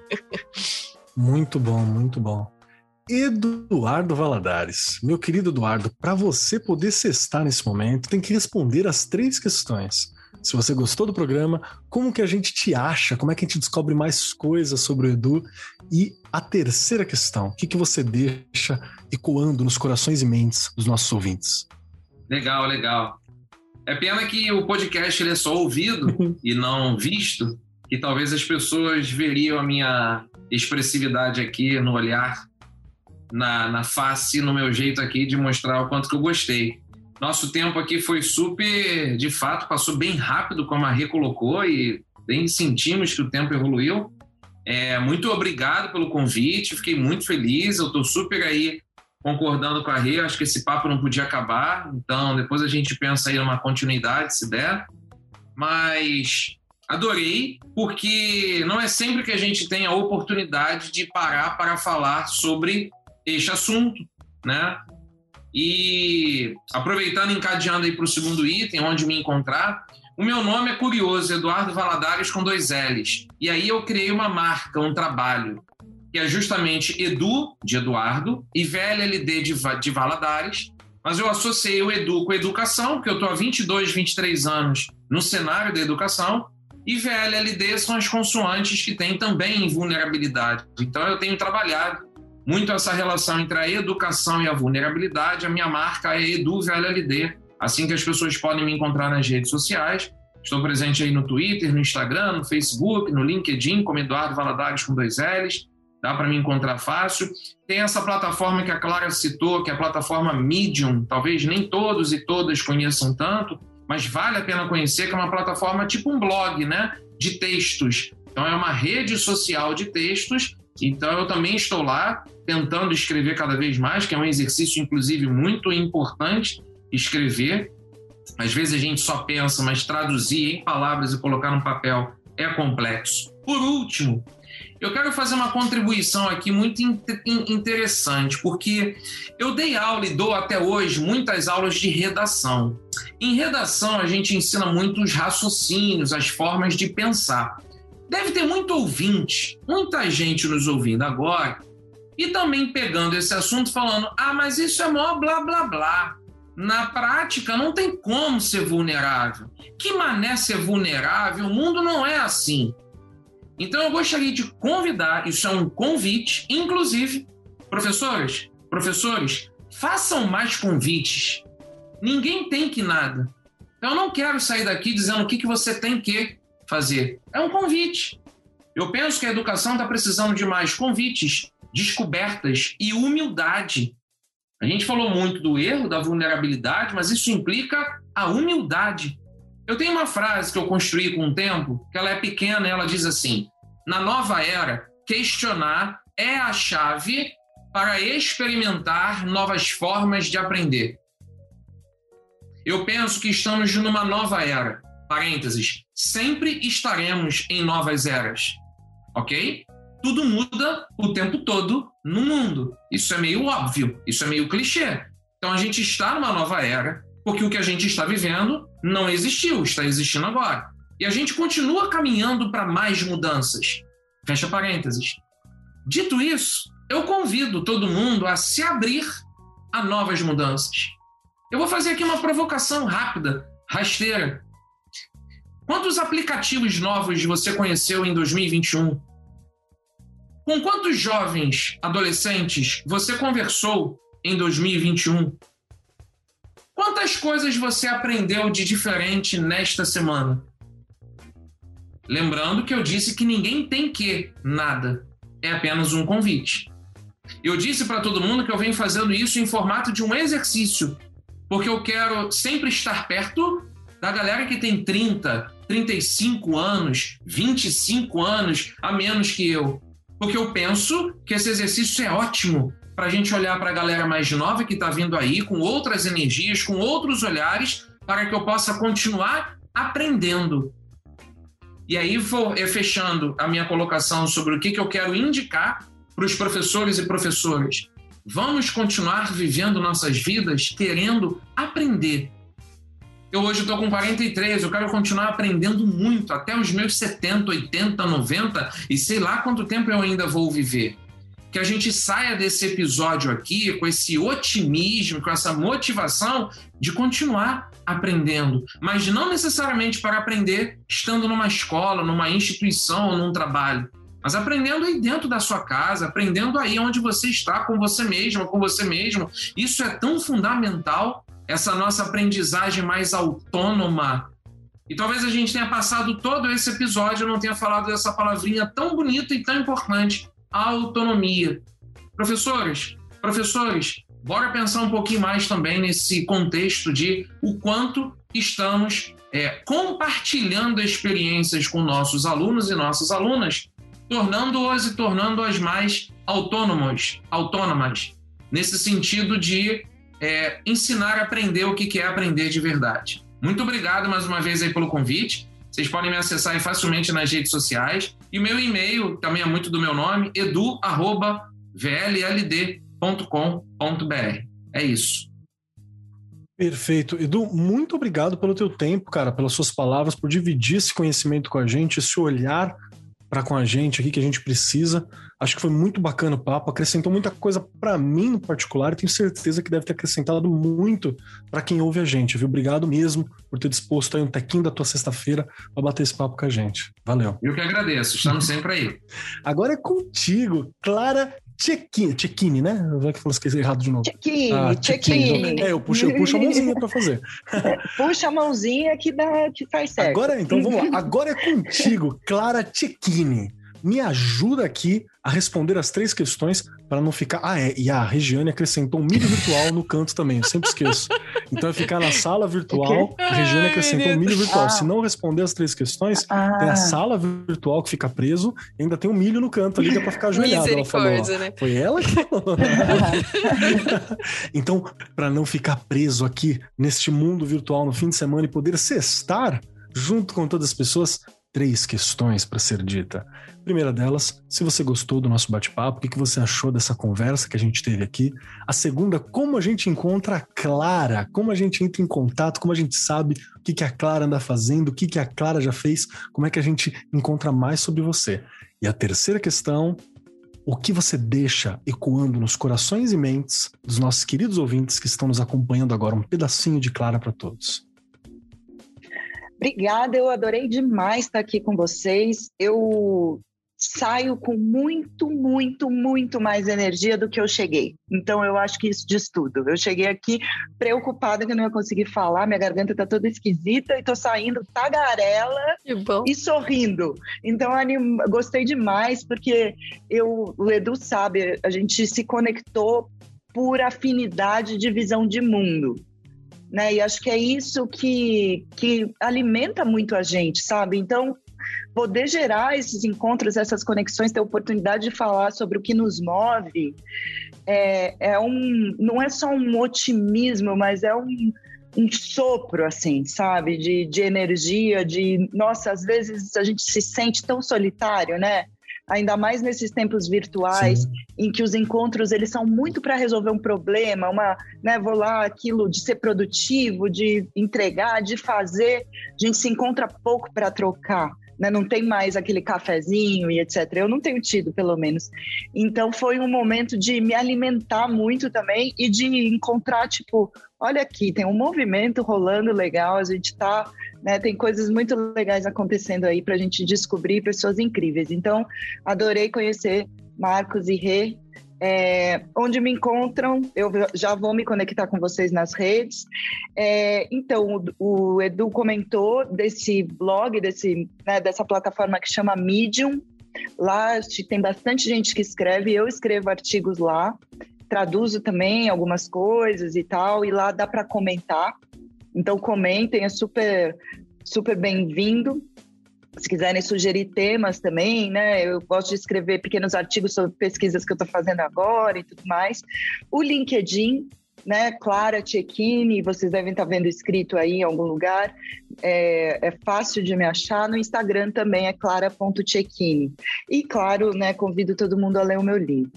Muito bom, muito bom. Eduardo Valadares, meu querido Eduardo, para você poder cestar nesse momento, tem que responder as três questões. Se você gostou do programa, como que a gente te acha? Como é que a gente descobre mais coisas sobre o Edu? E a terceira questão, o que, que você deixa ecoando nos corações e mentes dos nossos ouvintes? Legal, legal. É pena que o podcast ele é só ouvido e não visto, e talvez as pessoas veriam a minha expressividade aqui no olhar, Na, na face, no meu jeito aqui de mostrar o quanto que eu gostei. Nosso tempo aqui foi super, de fato, passou bem rápido, como a Rê colocou, e bem sentimos que o tempo evoluiu. É, muito obrigado pelo convite, fiquei muito feliz, eu estou super aí concordando com a Rê, acho que esse papo não podia acabar, então depois a gente pensa aí numa continuidade, se der. Mas adorei, porque não é sempre que a gente tem a oportunidade de parar para falar sobre este assunto, né? E aproveitando, encadeando aí para o segundo item, onde me encontrar, o meu nome é curioso, Eduardo Valadares com dois L's. E aí eu criei uma marca, um trabalho, que é justamente Edu, de Eduardo, e V L L D de, de Valadares, mas eu associei o Edu com a educação, porque eu estou há vinte e dois, vinte e três anos no cenário da educação, e V L L D são as consoantes que têm também vulnerabilidade. Então eu tenho trabalhado muito essa relação entre a educação e a vulnerabilidade. A minha marca é Edu V L L D, assim que as pessoas podem me encontrar nas redes sociais. Estou presente aí no Twitter, no Instagram, no Facebook, no LinkedIn, como Eduardo Valadares com dois L's. Dá para me encontrar fácil. Tem essa plataforma que a Clara citou, que é a plataforma Medium. Talvez nem todos e todas conheçam tanto, mas vale a pena conhecer, que é uma plataforma tipo um blog, né? De textos. Então é uma rede social de textos. Então eu também estou lá tentando escrever cada vez mais, que é um exercício inclusive muito importante, escrever. Às vezes a gente só pensa, mas traduzir em palavras e colocar no papel é complexo. Por último, eu quero fazer uma contribuição aqui muito interessante, porque eu dei aula e dou até hoje muitas aulas de redação. Em redação a gente ensina muito os raciocínios, as formas de pensar. Deve ter muito ouvinte, muita gente nos ouvindo agora e também pegando esse assunto falando: ah, mas isso é mó blá blá blá. Na prática não tem como ser vulnerável. Que mané ser vulnerável? O mundo não é assim. Então eu gostaria de convidar, isso é um convite, inclusive, professores, professores, façam mais convites. Ninguém tem que nada. Eu não quero sair daqui dizendo o que, que você tem que fazer. É um convite. Eu penso que a educação está precisando de mais convites, descobertas e humildade. A gente falou muito do erro, da vulnerabilidade, mas isso implica a humildade. Eu tenho uma frase que eu construí com o tempo, que ela é pequena e ela diz assim: na nova era, questionar é a chave para experimentar novas formas de aprender. Eu penso que estamos numa nova era. Parênteses, sempre estaremos em novas eras, ok? tudo muda o tempo todo no mundo. Isso é meio óbvio, isso é meio clichê. Então a gente está numa nova era, porque o que a gente está vivendo não existiu, está existindo agora. E a gente continua caminhando para mais mudanças. Fecha parênteses. Dito isso, eu convido todo mundo a se abrir a novas mudanças. Eu vou fazer aqui uma provocação rápida, rasteira. Quantos aplicativos novos você conheceu em dois mil e vinte e um? Com quantos jovens, adolescentes, você conversou em dois mil e vinte e um? Quantas coisas você aprendeu de diferente nesta semana? Lembrando que eu disse que ninguém tem que nada. É apenas um convite. Eu disse para todo mundo que eu venho fazendo isso em formato de um exercício, porque eu quero sempre estar perto da galera que tem trinta, trinta e cinco anos, vinte e cinco anos a menos que eu. Porque eu penso que esse exercício é ótimo para a gente olhar para a galera mais nova que está vindo aí, com outras energias, com outros olhares, para que eu possa continuar aprendendo. E aí, vou fechando a minha colocação sobre o que, que eu quero indicar para os professores e professoras. Vamos continuar vivendo nossas vidas querendo aprender. Eu hoje estou com quarenta e três, eu quero continuar aprendendo muito, até os meus setenta, oitenta, noventa, e sei lá quanto tempo eu ainda vou viver. Que a gente saia desse episódio aqui com esse otimismo, com essa motivação de continuar aprendendo, mas não necessariamente para aprender estando numa escola, numa instituição ou num trabalho, mas aprendendo aí dentro da sua casa, aprendendo aí onde você está, com você mesmo, com você mesmo. Isso é tão fundamental, essa nossa aprendizagem mais autônoma. E talvez a gente tenha passado todo esse episódio e não tenha falado dessa palavrinha tão bonita e tão importante, autonomia. Professores, professores, bora pensar um pouquinho mais também nesse contexto de o quanto estamos é, compartilhando experiências com nossos alunos e nossas alunas, tornando-os e tornando-as mais autônomos, autônomas, nesse sentido de é, ensinar a aprender o que é aprender de verdade. Muito obrigado mais uma vez aí pelo convite. Vocês podem me acessar aí facilmente nas redes sociais. E o meu e-mail também é muito do meu nome, edu arroba v l l d ponto com ponto b r. É isso. Perfeito. Edu, muito obrigado pelo teu tempo, cara, pelas suas palavras, por dividir esse conhecimento com a gente, esse olhar para com a gente aqui que a gente precisa. Acho que foi muito bacana o papo, acrescentou muita coisa para mim no particular e tenho certeza que deve ter acrescentado muito para quem ouve a gente, viu? Obrigado mesmo por ter disposto aí um tequinho da tua sexta-feira para bater esse papo com a gente. Valeu. Eu que agradeço, estamos sempre aí. Agora é contigo, Clara Cecchini, Cecchini, né? Eu vou esquecer errado de novo. Cecchini, ah, Cecchini. É, eu puxo, eu puxo a mãozinha para fazer. Puxa a mãozinha que, dá, que faz certo. Agora, então, vamos lá. Agora é contigo, Clara Cecchini. Me ajuda aqui a responder as três questões para não ficar... Ah, é, e a Regiane acrescentou um milho virtual no canto também, eu sempre esqueço. Então vai ficar na sala virtual, a Regiane acrescentou um milho virtual. Ah. Se não responder as três questões, ah. tem a sala virtual que fica preso e ainda tem um milho no canto ali que é para ficar ajoelhado. Ela falou, né? Foi ela que falou. Então, para não ficar preso aqui neste mundo virtual no fim de semana e poder sextar junto com todas as pessoas, três questões para ser dita. Primeira delas, se você gostou do nosso bate-papo, o que você achou dessa conversa que a gente teve aqui? A segunda, como a gente encontra a Clara, como a gente entra em contato, como a gente sabe o que a Clara anda fazendo, o que a Clara já fez, como é que a gente encontra mais sobre você. E a terceira questão, o que você deixa ecoando nos corações e mentes dos nossos queridos ouvintes que estão nos acompanhando agora, um pedacinho de Clara para todos. Obrigada, eu adorei demais estar aqui com vocês. Eu saio com muito, muito, muito mais energia do que eu cheguei. Então, eu acho que isso diz tudo. Eu cheguei aqui preocupada que eu não ia conseguir falar, minha garganta está toda esquisita e tô saindo tagarela e sorrindo. Então, anim... gostei demais, porque eu, o Edu sabe, a gente se conectou por afinidade de visão de mundo. Né? E acho que é isso que, que alimenta muito a gente, sabe? Então, poder gerar esses encontros, essas conexões, ter a oportunidade de falar sobre o que nos move, é, é um, não é só um otimismo, mas é um, um sopro, assim, sabe? De, de energia, de... Nossa, às vezes a gente se sente tão solitário, né? ainda mais nesses tempos virtuais, Sim. em que os encontros eles são muito para resolver um problema, uma, né, vou lá, aquilo de ser produtivo, de entregar, de fazer, a gente se encontra pouco para trocar. Né, não tem mais aquele cafezinho e etcétera. Eu não tenho tido, pelo menos. Então, foi um momento de me alimentar muito também e de encontrar, tipo, olha aqui, tem um movimento rolando legal, a gente tá, né, tem coisas muito legais acontecendo aí para a gente descobrir pessoas incríveis. Então, adorei conhecer Marcos e Rê. É, onde me encontram, eu já vou me conectar com vocês nas redes. É, então, o, o Edu comentou desse blog, desse, né, dessa plataforma que chama Medium. Lá tem bastante gente que escreve, eu escrevo artigos lá, traduzo também algumas coisas e tal, e lá dá para comentar. Então, comentem, é super, super bem-vindo. Se quiserem sugerir temas também, né? Eu gosto de escrever pequenos artigos sobre pesquisas que eu estou fazendo agora e tudo mais. O LinkedIn, né? Clara Cecchini, vocês devem estar vendo escrito aí em algum lugar. É, é fácil de me achar. No Instagram também é clara ponto cecchini. E, claro, né? Convido todo mundo a ler o meu livro.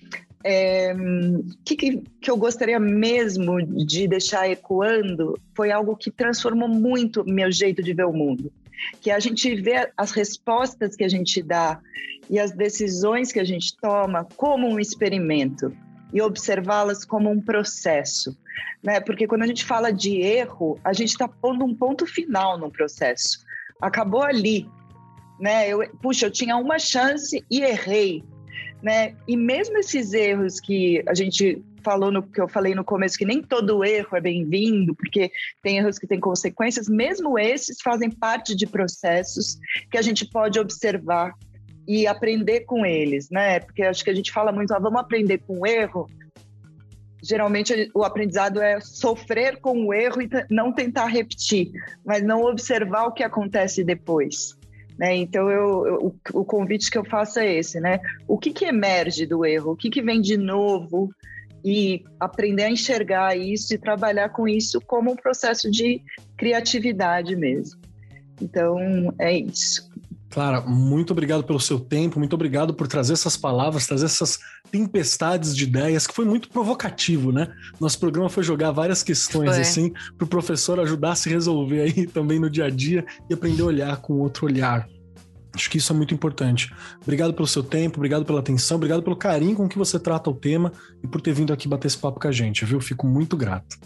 É, que, que, que eu gostaria mesmo de deixar ecoando foi algo que transformou muito o meu jeito de ver o mundo. Que a gente vê as respostas que a gente dá e as decisões que a gente toma como um experimento e observá-las como um processo, né? Porque quando a gente fala de erro, a gente está pondo um ponto final no processo. Acabou ali, né? Eu, puxa, eu tinha uma chance e errei, né? E mesmo esses erros que a gente falou no que eu falei no começo, que nem todo erro é bem-vindo, porque tem erros que têm consequências, mesmo esses fazem parte de processos que a gente pode observar e aprender com eles, né? Porque acho que a gente fala muito, ah, vamos aprender com o erro. Geralmente o aprendizado é sofrer com o erro e não tentar repetir, mas não observar o que acontece depois. Né? Então, eu, eu, o convite que eu faço é esse, né? O que, que emerge do erro? O que, que vem de novo? E aprender a enxergar isso e trabalhar com isso como um processo de criatividade mesmo. Então, é isso. Clara, muito obrigado pelo seu tempo, muito obrigado por trazer essas palavras, trazer essas tempestades de ideias, que foi muito provocativo, né? Nosso programa foi jogar várias questões foi. assim, para o professor ajudar a se resolver aí também no dia a dia e aprender a olhar com outro olhar. Acho que isso é muito importante. Obrigado pelo seu tempo, obrigado pela atenção, obrigado pelo carinho com que você trata o tema e por ter vindo aqui bater esse papo com a gente, viu? Fico muito grato.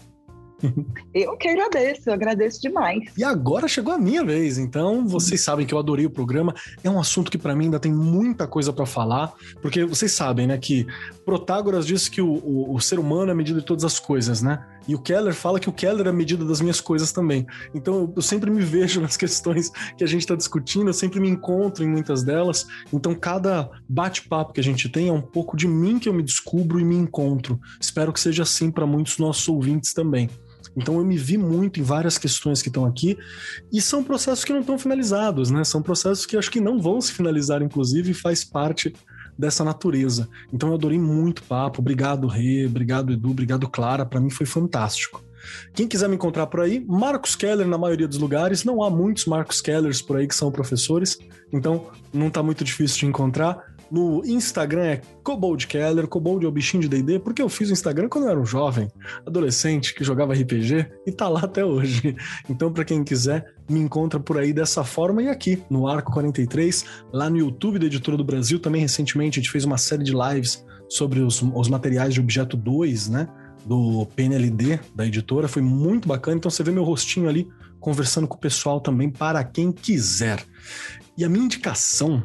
Eu que agradeço, eu agradeço demais. E agora chegou a minha vez, então vocês sabem que eu adorei o programa, é um assunto que para mim ainda tem muita coisa para falar, porque vocês sabem, né, que Protágoras disse que o, o, o ser humano é a medida de todas as coisas, né, e o Keller fala que o Keller é a medida das minhas coisas também, então eu, eu sempre me vejo nas questões que a gente está discutindo, eu sempre me encontro em muitas delas, então cada bate-papo que a gente tem é um pouco de mim que eu me descubro e me encontro, espero que seja assim para muitos nossos ouvintes também. Então eu me vi muito em várias questões que estão aqui e são processos que não estão finalizados, né? São processos que acho que não vão se finalizar, inclusive, e faz parte dessa natureza. Então eu adorei muito o papo. Obrigado, Rê, obrigado, Edu, obrigado, Clara. Para mim foi fantástico. Quem quiser me encontrar por aí, Marcos Keller na maioria dos lugares. Não há muitos Marcos Kellers por aí que são professores, então não está muito difícil de encontrar. No Instagram é Kobold Keller, Kobold é o bichinho de D e D, porque eu fiz o Instagram quando eu era um jovem, adolescente, que jogava R P G, e tá lá até hoje. Então, para quem quiser, me encontra por aí dessa forma, e aqui, no Arco quarenta e três, lá no YouTube da Editora do Brasil, também recentemente a gente fez uma série de lives sobre os, os materiais de Objeto dois, né, do P N L D, da editora, foi muito bacana, então você vê meu rostinho ali, conversando com o pessoal também, para quem quiser. E a minha indicação...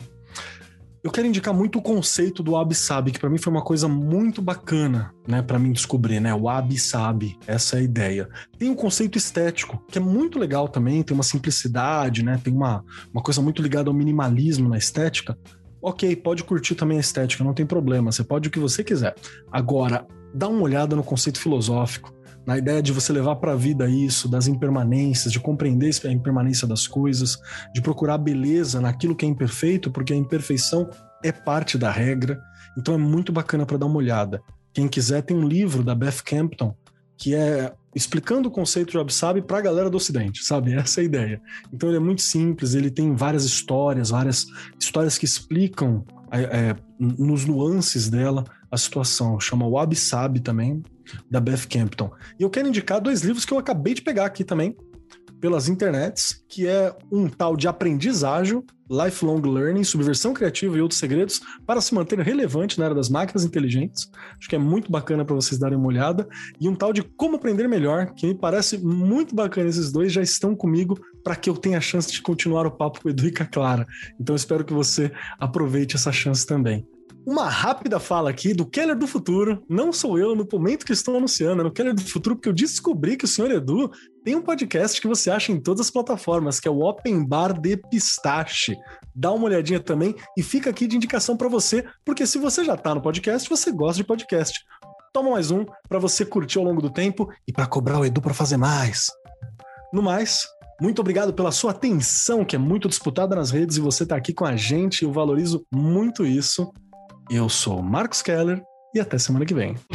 Eu quero indicar muito o conceito do Wabi-Sabi, que para mim foi uma coisa muito bacana, né, para mim descobrir, né, o Wabi-Sabi, essa é a ideia. Tem um conceito estético, que é muito legal também, tem uma simplicidade, né, tem uma, uma coisa muito ligada ao minimalismo na estética. Ok, pode curtir também a estética, não tem problema, você pode o que você quiser. Agora, dá uma olhada no conceito filosófico, na ideia de você levar para a vida isso, das impermanências, de compreender a impermanência das coisas, de procurar beleza naquilo que é imperfeito, porque a imperfeição é parte da regra. Então é muito bacana para dar uma olhada. Quem quiser, tem um livro da Beth Campton, que é explicando o conceito de Wabi-Sabi para a galera do Ocidente, sabe? Essa é a ideia. Então ele é muito simples, ele tem várias histórias, várias histórias que explicam é, nos nuances dela a situação. Chama Wabi Sabi também, da Beth Campton. E eu quero indicar dois livros que eu acabei de pegar aqui também, pelas internets, que é um tal de Aprendiz Ágil, Lifelong Learning, Subversão Criativa e Outros Segredos para se manter relevante na era das máquinas inteligentes. Acho que é muito bacana para vocês darem uma olhada. E um tal de Como Aprender Melhor, que me parece muito bacana. Esses dois já estão comigo para que eu tenha a chance de continuar o papo com o Edu e com a Clara. Então espero que você aproveite essa chance também. Uma rápida fala aqui do Keller do Futuro. Não sou eu no momento que estou anunciando, é no Keller do Futuro, porque eu descobri que o senhor Edu tem um podcast que você acha em todas as plataformas, que é o Open Bar de Pistache. Dá uma olhadinha também e fica aqui de indicação para você, porque se você já está no podcast, você gosta de podcast. Toma mais um para você curtir ao longo do tempo e para cobrar o Edu para fazer mais. No mais, muito obrigado pela sua atenção, que é muito disputada nas redes, e você está aqui com a gente, eu valorizo muito isso. Eu sou Marcos Keller e até semana que vem.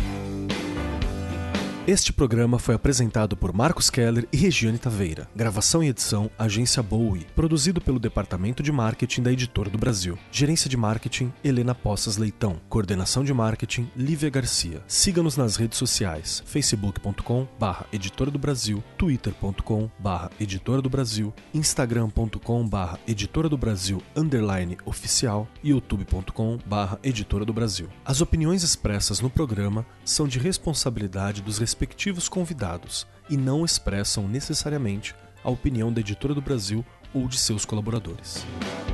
Este programa foi apresentado por Marcos Keller e Regiane Taveira. Gravação e edição, Agência Bowie. Produzido pelo Departamento de Marketing da Editora do Brasil. Gerência de Marketing, Helena Poças Leitão. Coordenação de Marketing, Lívia Garcia. Siga-nos nas redes sociais, facebook ponto com barra editora do Brasil, twitter ponto com barra editora do Brasil, instagram ponto com barra editora do Brasil underline oficial e youtube ponto com barra editora do Brasil. As opiniões expressas no programa são de responsabilidade dos respectivos convidados e não expressam necessariamente a opinião da Editora do Brasil ou de seus colaboradores.